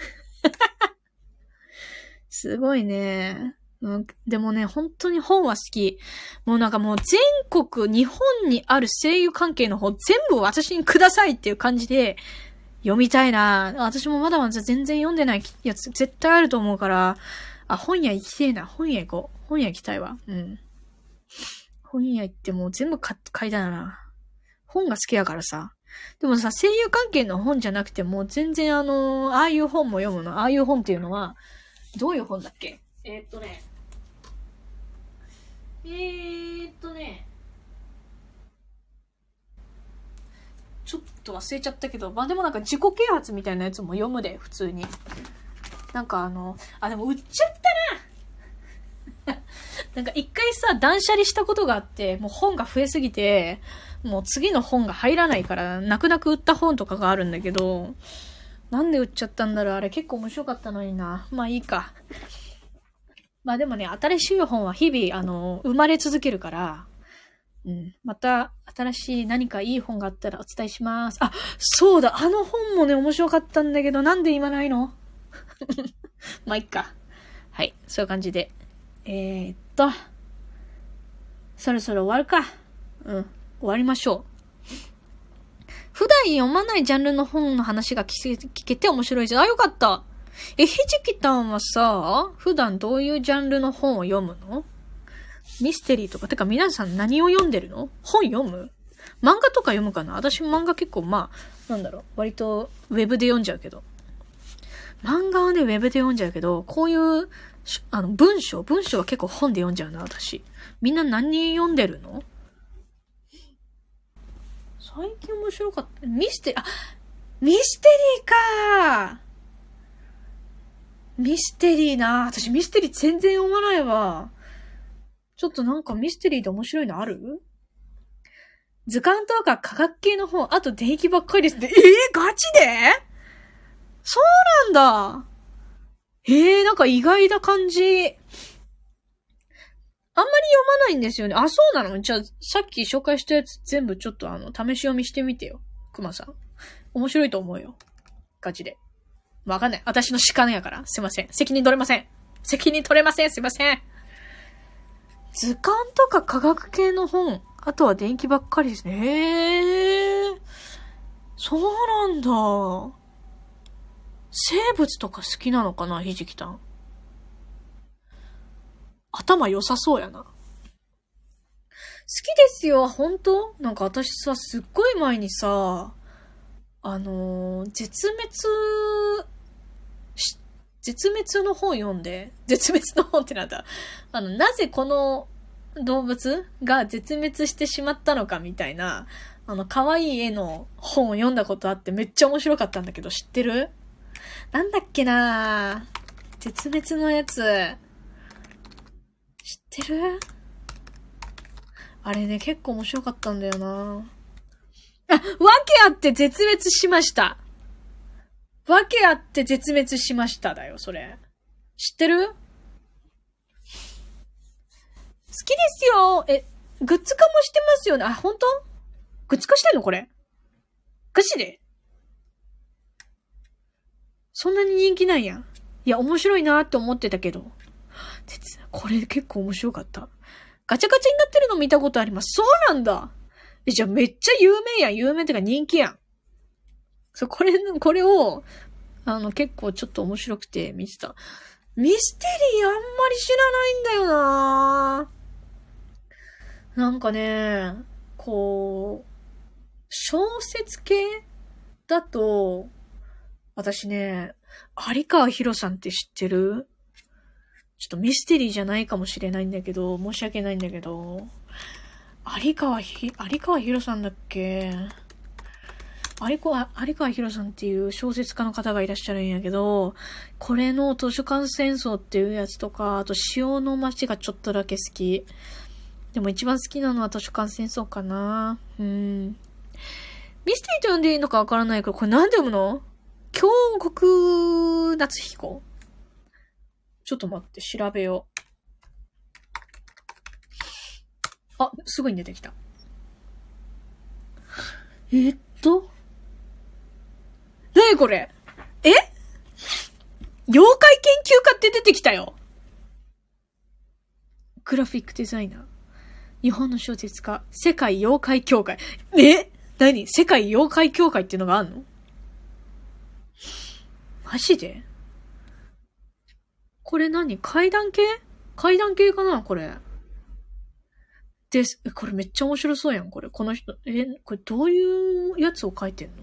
すごいね。うん、でもね、本当に本は好き。もうなんかもう全国、日本にある声優関係の本全部私にくださいっていう感じで読みたいな。私もまだまだ全然読んでないやつ絶対あると思うから、あ、本屋行きてえな。本屋行こう。本屋行きたいわ。うん。本屋行ってもう全部買いたいな。本が好きだからさ。でもさ、声優関係の本じゃなくても、全然あの、ああいう本も読むの。ああいう本っていうのは、どういう本だっけ？えー、っとね。えー、っとね。ちょっと忘れちゃったけど、まあ、でもなんか自己啓発みたいなやつも読むで、普通に。なんかあの、あ、でも売っちゃったななんか一回さ、断捨離したことがあって、もう本が増えすぎて、もう次の本が入らないから、泣く泣く売った本とかがあるんだけど、なんで売っちゃったんだろう、あれ結構面白かったのにな。まあいいか。まあでもね、新しい本は日々、あの、生まれ続けるから、うん。また、新しい何かいい本があったらお伝えします。あ、そうだ、あの本もね、面白かったんだけど、なんで今ないのまあいいか。はい、そういう感じで。えー、っと、そろそろ終わるか。うん。終わりましょう。普段読まないジャンルの本の話が聞けて面白いじゃん。あ、よかった。え、ひじきたんはさ、普段どういうジャンルの本を読むの？ミステリーとか。てか皆さん何を読んでるの？本読む？漫画とか読むかな？私漫画結構まあ、なんだろう。割とウェブで読んじゃうけど。漫画はね、ウェブで読んじゃうけど、こういう、あの、文章、文章は結構本で読んじゃうな、私。みんな何読んでるの？最近面白かった。ミステリー、あ、ミステリーか。ミステリーな。私ミステリー全然読まないわ。 ちょっとなんかミステリーで面白いのある？図鑑とか科学系の本、あと電気ばっかりですね。えー、ガチで？そうなんだ。えー、なんか意外な感じ。あんまり読まないんですよね。あ、そうなの？じゃあ、さっき紹介したやつ全部ちょっとあの、試し読みしてみてよ。くまさん。面白いと思うよ。ガチで。わかんない。私の主観やから。すいません。責任取れません。責任取れません。すいません。図鑑とか科学系の本。あとは電気ばっかりですね。へー。そうなんだ。生物とか好きなのかな、ひじきたん。頭良さそうやな。好きですよ、本当？なんか私さ、すっごい前にさ、あのー、絶滅、絶滅の本読んで、絶滅の本ってなんだ？あの、なぜこの動物が絶滅してしまったのかみたいな、あの、可愛い絵の本を読んだことあってめっちゃ面白かったんだけど、知ってる？なんだっけなぁ。絶滅のやつ。知ってる？あれね、結構面白かったんだよな。あ、わけあって絶滅しました。わけあって絶滅しましただよ、それ。知ってる？好きですよ。え、グッズ化もしてますよね。あ、本当？グッズ化してんのこれ。ガチで？そんなに人気なんや。いや、面白いなーって思ってたけど。これ結構面白かった。ガチャガチャになってるの見たことあります。そうなんだ。え、じゃあめっちゃ有名やん。有名ってか人気やん。そう、これ、これを、あの、結構ちょっと面白くて見てた。ミステリーあんまり知らないんだよなぁ。なんかね、こう、小説系だと、私ね、有川博さんって知ってる？ちょっとミステリーじゃないかもしれないんだけど、申し訳ないんだけど、有川ひ、有川博さんだっけ？有川、有川博さんっていう小説家の方がいらっしゃるんやけど、これの図書館戦争っていうやつとか、あと潮の街がちょっとだけ好き。でも一番好きなのは図書館戦争かな。うん。ミステリーと呼んでいいのかわからないけど、これなんで読むの？京極夏彦？ちょっと待って、調べよう。あ、すぐに出てきた。えー、っと。なにこれ？え？妖怪研究家って出てきたよ。グラフィックデザイナー。日本の小説家。世界妖怪協会。え？何？世界妖怪協会っていうのがあんの？マジで？これ何？怪談系？怪談系かなこれ。です。これめっちゃ面白そうやん、これ。この人。え、これどういうやつを書いてんの？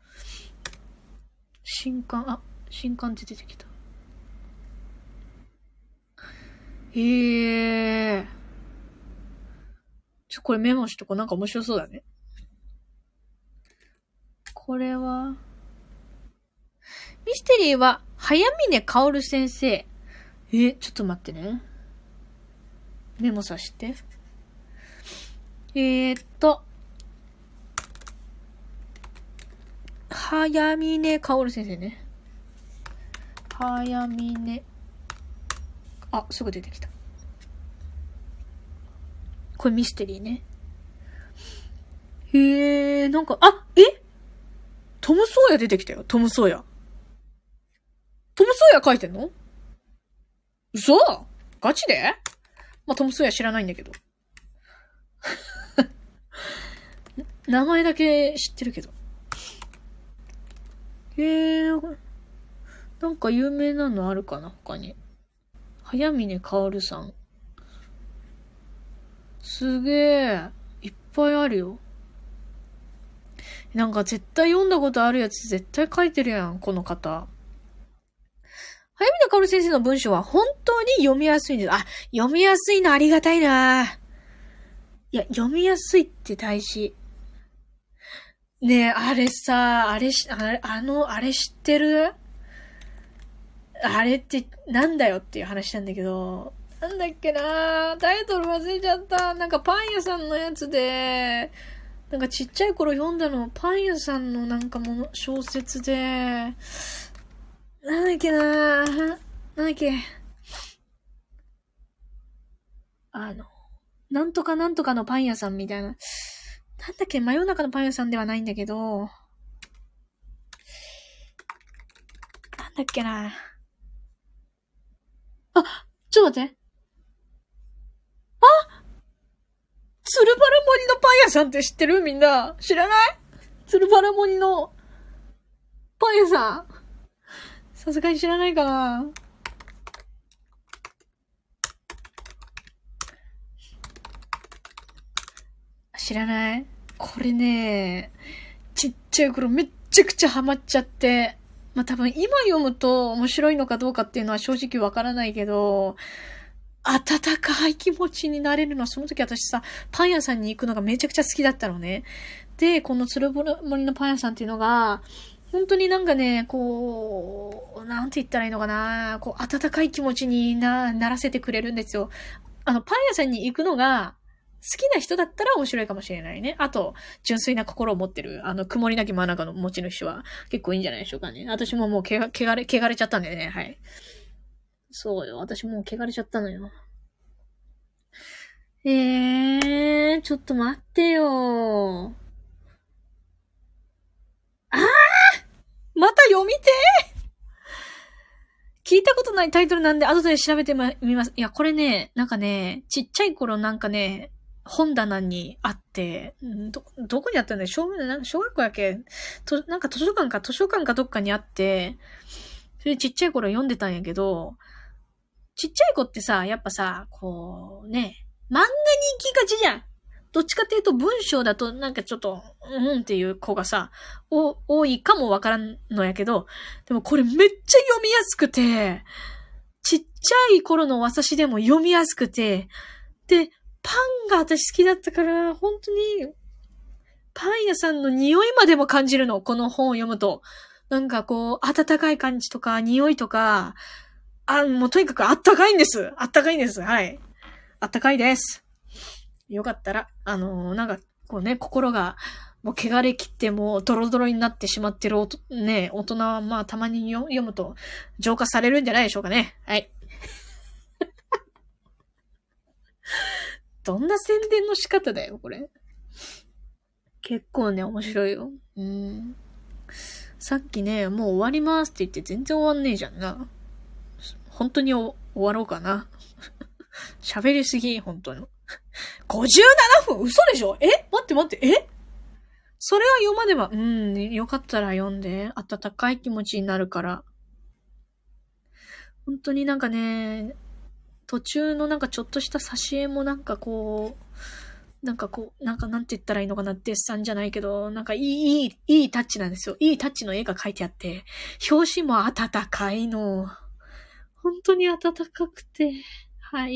新刊、あ、新刊って出てきた。へー。ちょ、これメモしとこう。なんか面白そうだね。これは、ミステリーは、早峰薫先生。え、ちょっと待ってね。メモさして。えー、っと、早峰薫先生ね。早峰。あ、すぐ出てきた。これミステリーね。へー、なんか、あ、え？トム・ソーヤ出てきたよ。トム・ソーヤ。トム・ソーヤ書いてんの？嘘？ガチで？まあ、トム・ソーヤ知らないんだけど。名前だけ知ってるけど。へー、なんか有名なのあるかな他に。早峰薫さん。すげー。いっぱいあるよ。なんか絶対読んだことあるやつ絶対書いてるやん、この方。早峰薫先生の文章は本当に読みやすいんです。あ、読みやすいのありがたいな。いや、読みやすいって大事。ねえ、あれさ、あれし、あれ、あの、あれ知ってる？あれってなんだよっていう話なんだけど、 なんだっけな、タイトル忘れちゃった。なんかパン屋さんのやつで、なんかちっちゃい頃読んだの、パン屋さんのなんかもの、小説で、なんだっけな、なんだっけ。あの、なんとかなんとかのパン屋さんみたいな。なんだっけ、真夜中のパン屋さんではないんだけど、なんだっけな。あ、ちょっと待って。あ、鶴原森のパン屋さんって知ってる？みんな。知らない？鶴原森のパン屋さん。さすがに知らないかな。知らない？これね、ちっちゃい頃めっちゃくちゃハマっちゃって。まあ、多分今読むと面白いのかどうかっていうのは正直わからないけど、温かい気持ちになれるの。その時私さ、パン屋さんに行くのがめちゃくちゃ好きだったのね。で、この鶴森のパン屋さんっていうのが、本当になんかね、こう、なんて言ったらいいのかな、こう、温かい気持ちにな、ならせてくれるんですよ。あの、パン屋さんに行くのが、好きな人だったら面白いかもしれないね。あと、純粋な心を持ってる、あの、曇りなき真中の持ち主は結構いいんじゃないでしょうかね。私ももうけが、けがれ、けがれちゃったんでね、はい。そうよ、私もうけがれちゃったのよ。えー、ちょっと待ってよ。あー！また読みてー！聞いたことないタイトルなんで後で調べてみます。いや、これね、なんかね、ちっちゃい頃なんかね、本棚にあって、ど、どこにあったんだよ？小、小学校やっけと、なんか図書館か、図書館かどっかにあって、それちっちゃい頃読んでたんやけど、ちっちゃい子ってさ、やっぱさ、こう、ね、漫画に行きがちじゃん。どっちかっていうと文章だとなんかちょっと、うんっていう子がさ、お、多いかもわからんのやけど、でもこれめっちゃ読みやすくて、ちっちゃい頃の私でも読みやすくて、で、パンが私好きだったから、本当に、パン屋さんの匂いまでも感じるの、この本を読むと。なんかこう、温かい感じとか、匂いとか、あ、もうとにかくあったかいんです。あったかいんです。はい。あったかいです。よかったら、あのー、なんか、こうね、心が、もう汚れ切ってもうドロドロになってしまってるおと、ね、大人はまあたまに読むと浄化されるんじゃないでしょうかね。はい。どんな宣伝の仕方だよ、これ。結構ね、面白いよ。うん。さっきね、もう終わりますって言って全然終わんねえじゃんな。本当に終わろうかな。喋りすぎ、本当に。ごじゅうななふん？嘘でしょ？え？待って待って、え？それは読まねば、うん、よかったら読んで、温かい気持ちになるから。本当になんかね、途中のなんかちょっとした挿絵もなんかこう、なんかこう、なんかなんて言ったらいいのかな、デッサンじゃないけど、なんかいい、いい、いいタッチなんですよ。いいタッチの絵が描いてあって、表紙も温かいの。本当に温かくて、はい。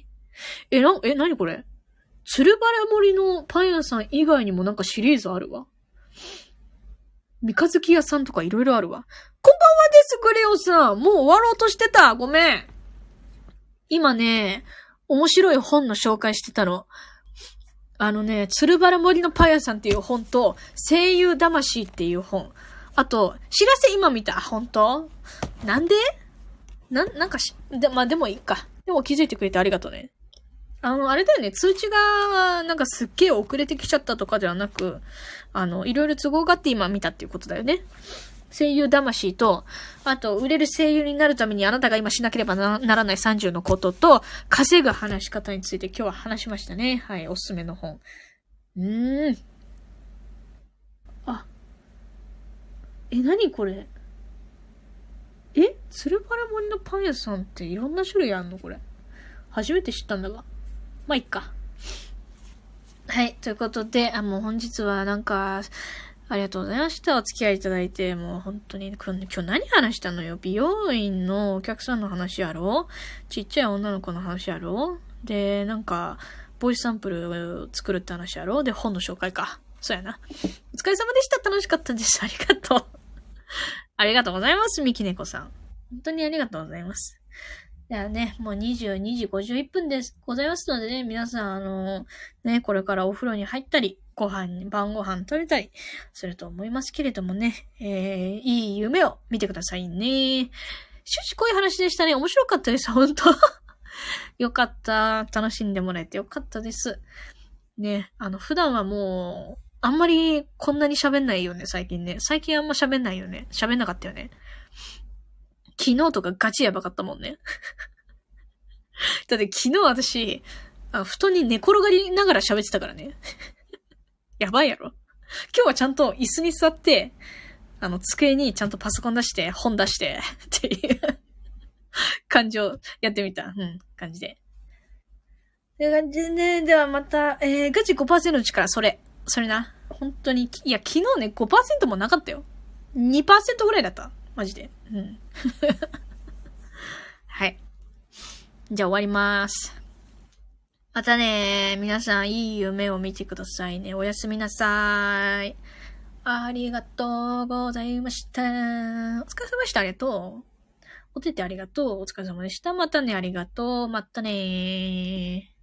え、な、え、なにこれ？鶴原森のパン屋さん以外にもなんかシリーズあるわ。三日月屋さんとかいろいろあるわ。こんばんはです、グレオさん。もう終わろうとしてた。ごめん。今ね、面白い本の紹介してたの。あのね、鶴原森のパン屋さんっていう本と、声優魂っていう本。あと、知らせ今見た。本当？なんで？な、なんかし、で、まあ、でもいいか。でも気づいてくれてありがとうね。あの、あれだよね、通知が、なんかすっげえ遅れてきちゃったとかではなく、あの、いろいろ都合があって今見たっていうことだよね。声優魂と、あと、売れる声優になるためにあなたが今しなければならないさんじゅうのことと、稼ぐ話し方について今日は話しましたね。はい、おすすめの本。うーん。あ。え、なにこれ？え？鶴原森のパン屋さんっていろんな種類あんのこれ。初めて知ったんだが。まあ、いっか。はい。ということで、あ、もう本日はなんか、ありがとうございました。お付き合いいただいて、もう本当に、今日何話したのよ。美容院のお客さんの話やろ？ちっちゃい女の子の話やろ？で、なんか、ボイスサンプルを作るって話やろ？で、本の紹介か。そうやな。お疲れ様でした。楽しかったです。ありがとう。ありがとうございます。みきねこさん。本当にありがとうございます。 ではね、もうにじゅうにじごじゅういっぷんです。ございますのでね、皆さん、あの、ね、これからお風呂に入ったり、ご飯、晩ご飯食べたりすると思いますけれどもね、えー、いい夢を見てくださいね。終始こういう話でしたね。面白かったです、本当よかった。楽しんでもらえてよかったです。ね、あの、普段はもう、あんまりこんなに喋んないよね、最近ね。最近あんま喋んないよね。喋んなかったよね。昨日とかガチやばかったもんね。だって昨日私、あ布団に寝転がりながら喋ってたからね。やばいやろ。今日はちゃんと椅子に座って、あの、机にちゃんとパソコン出して、本出して、っていう感じをやってみた。うん、感じで。という感じでね、ではまた、えー、ガチ ごパーセント の力、それ。それな。本当に、いや、昨日ね、ごパーセント もなかったよ。にパーセント ぐらいだった。マジで。うん。はい。じゃあ終わります。またね、皆さんいい夢を見てくださいね。おやすみなさい。ありがとうございました。お疲れ様でした。ありがとう。お手手ありがとう。お疲れ様でした。またね、ありがとう。またねー。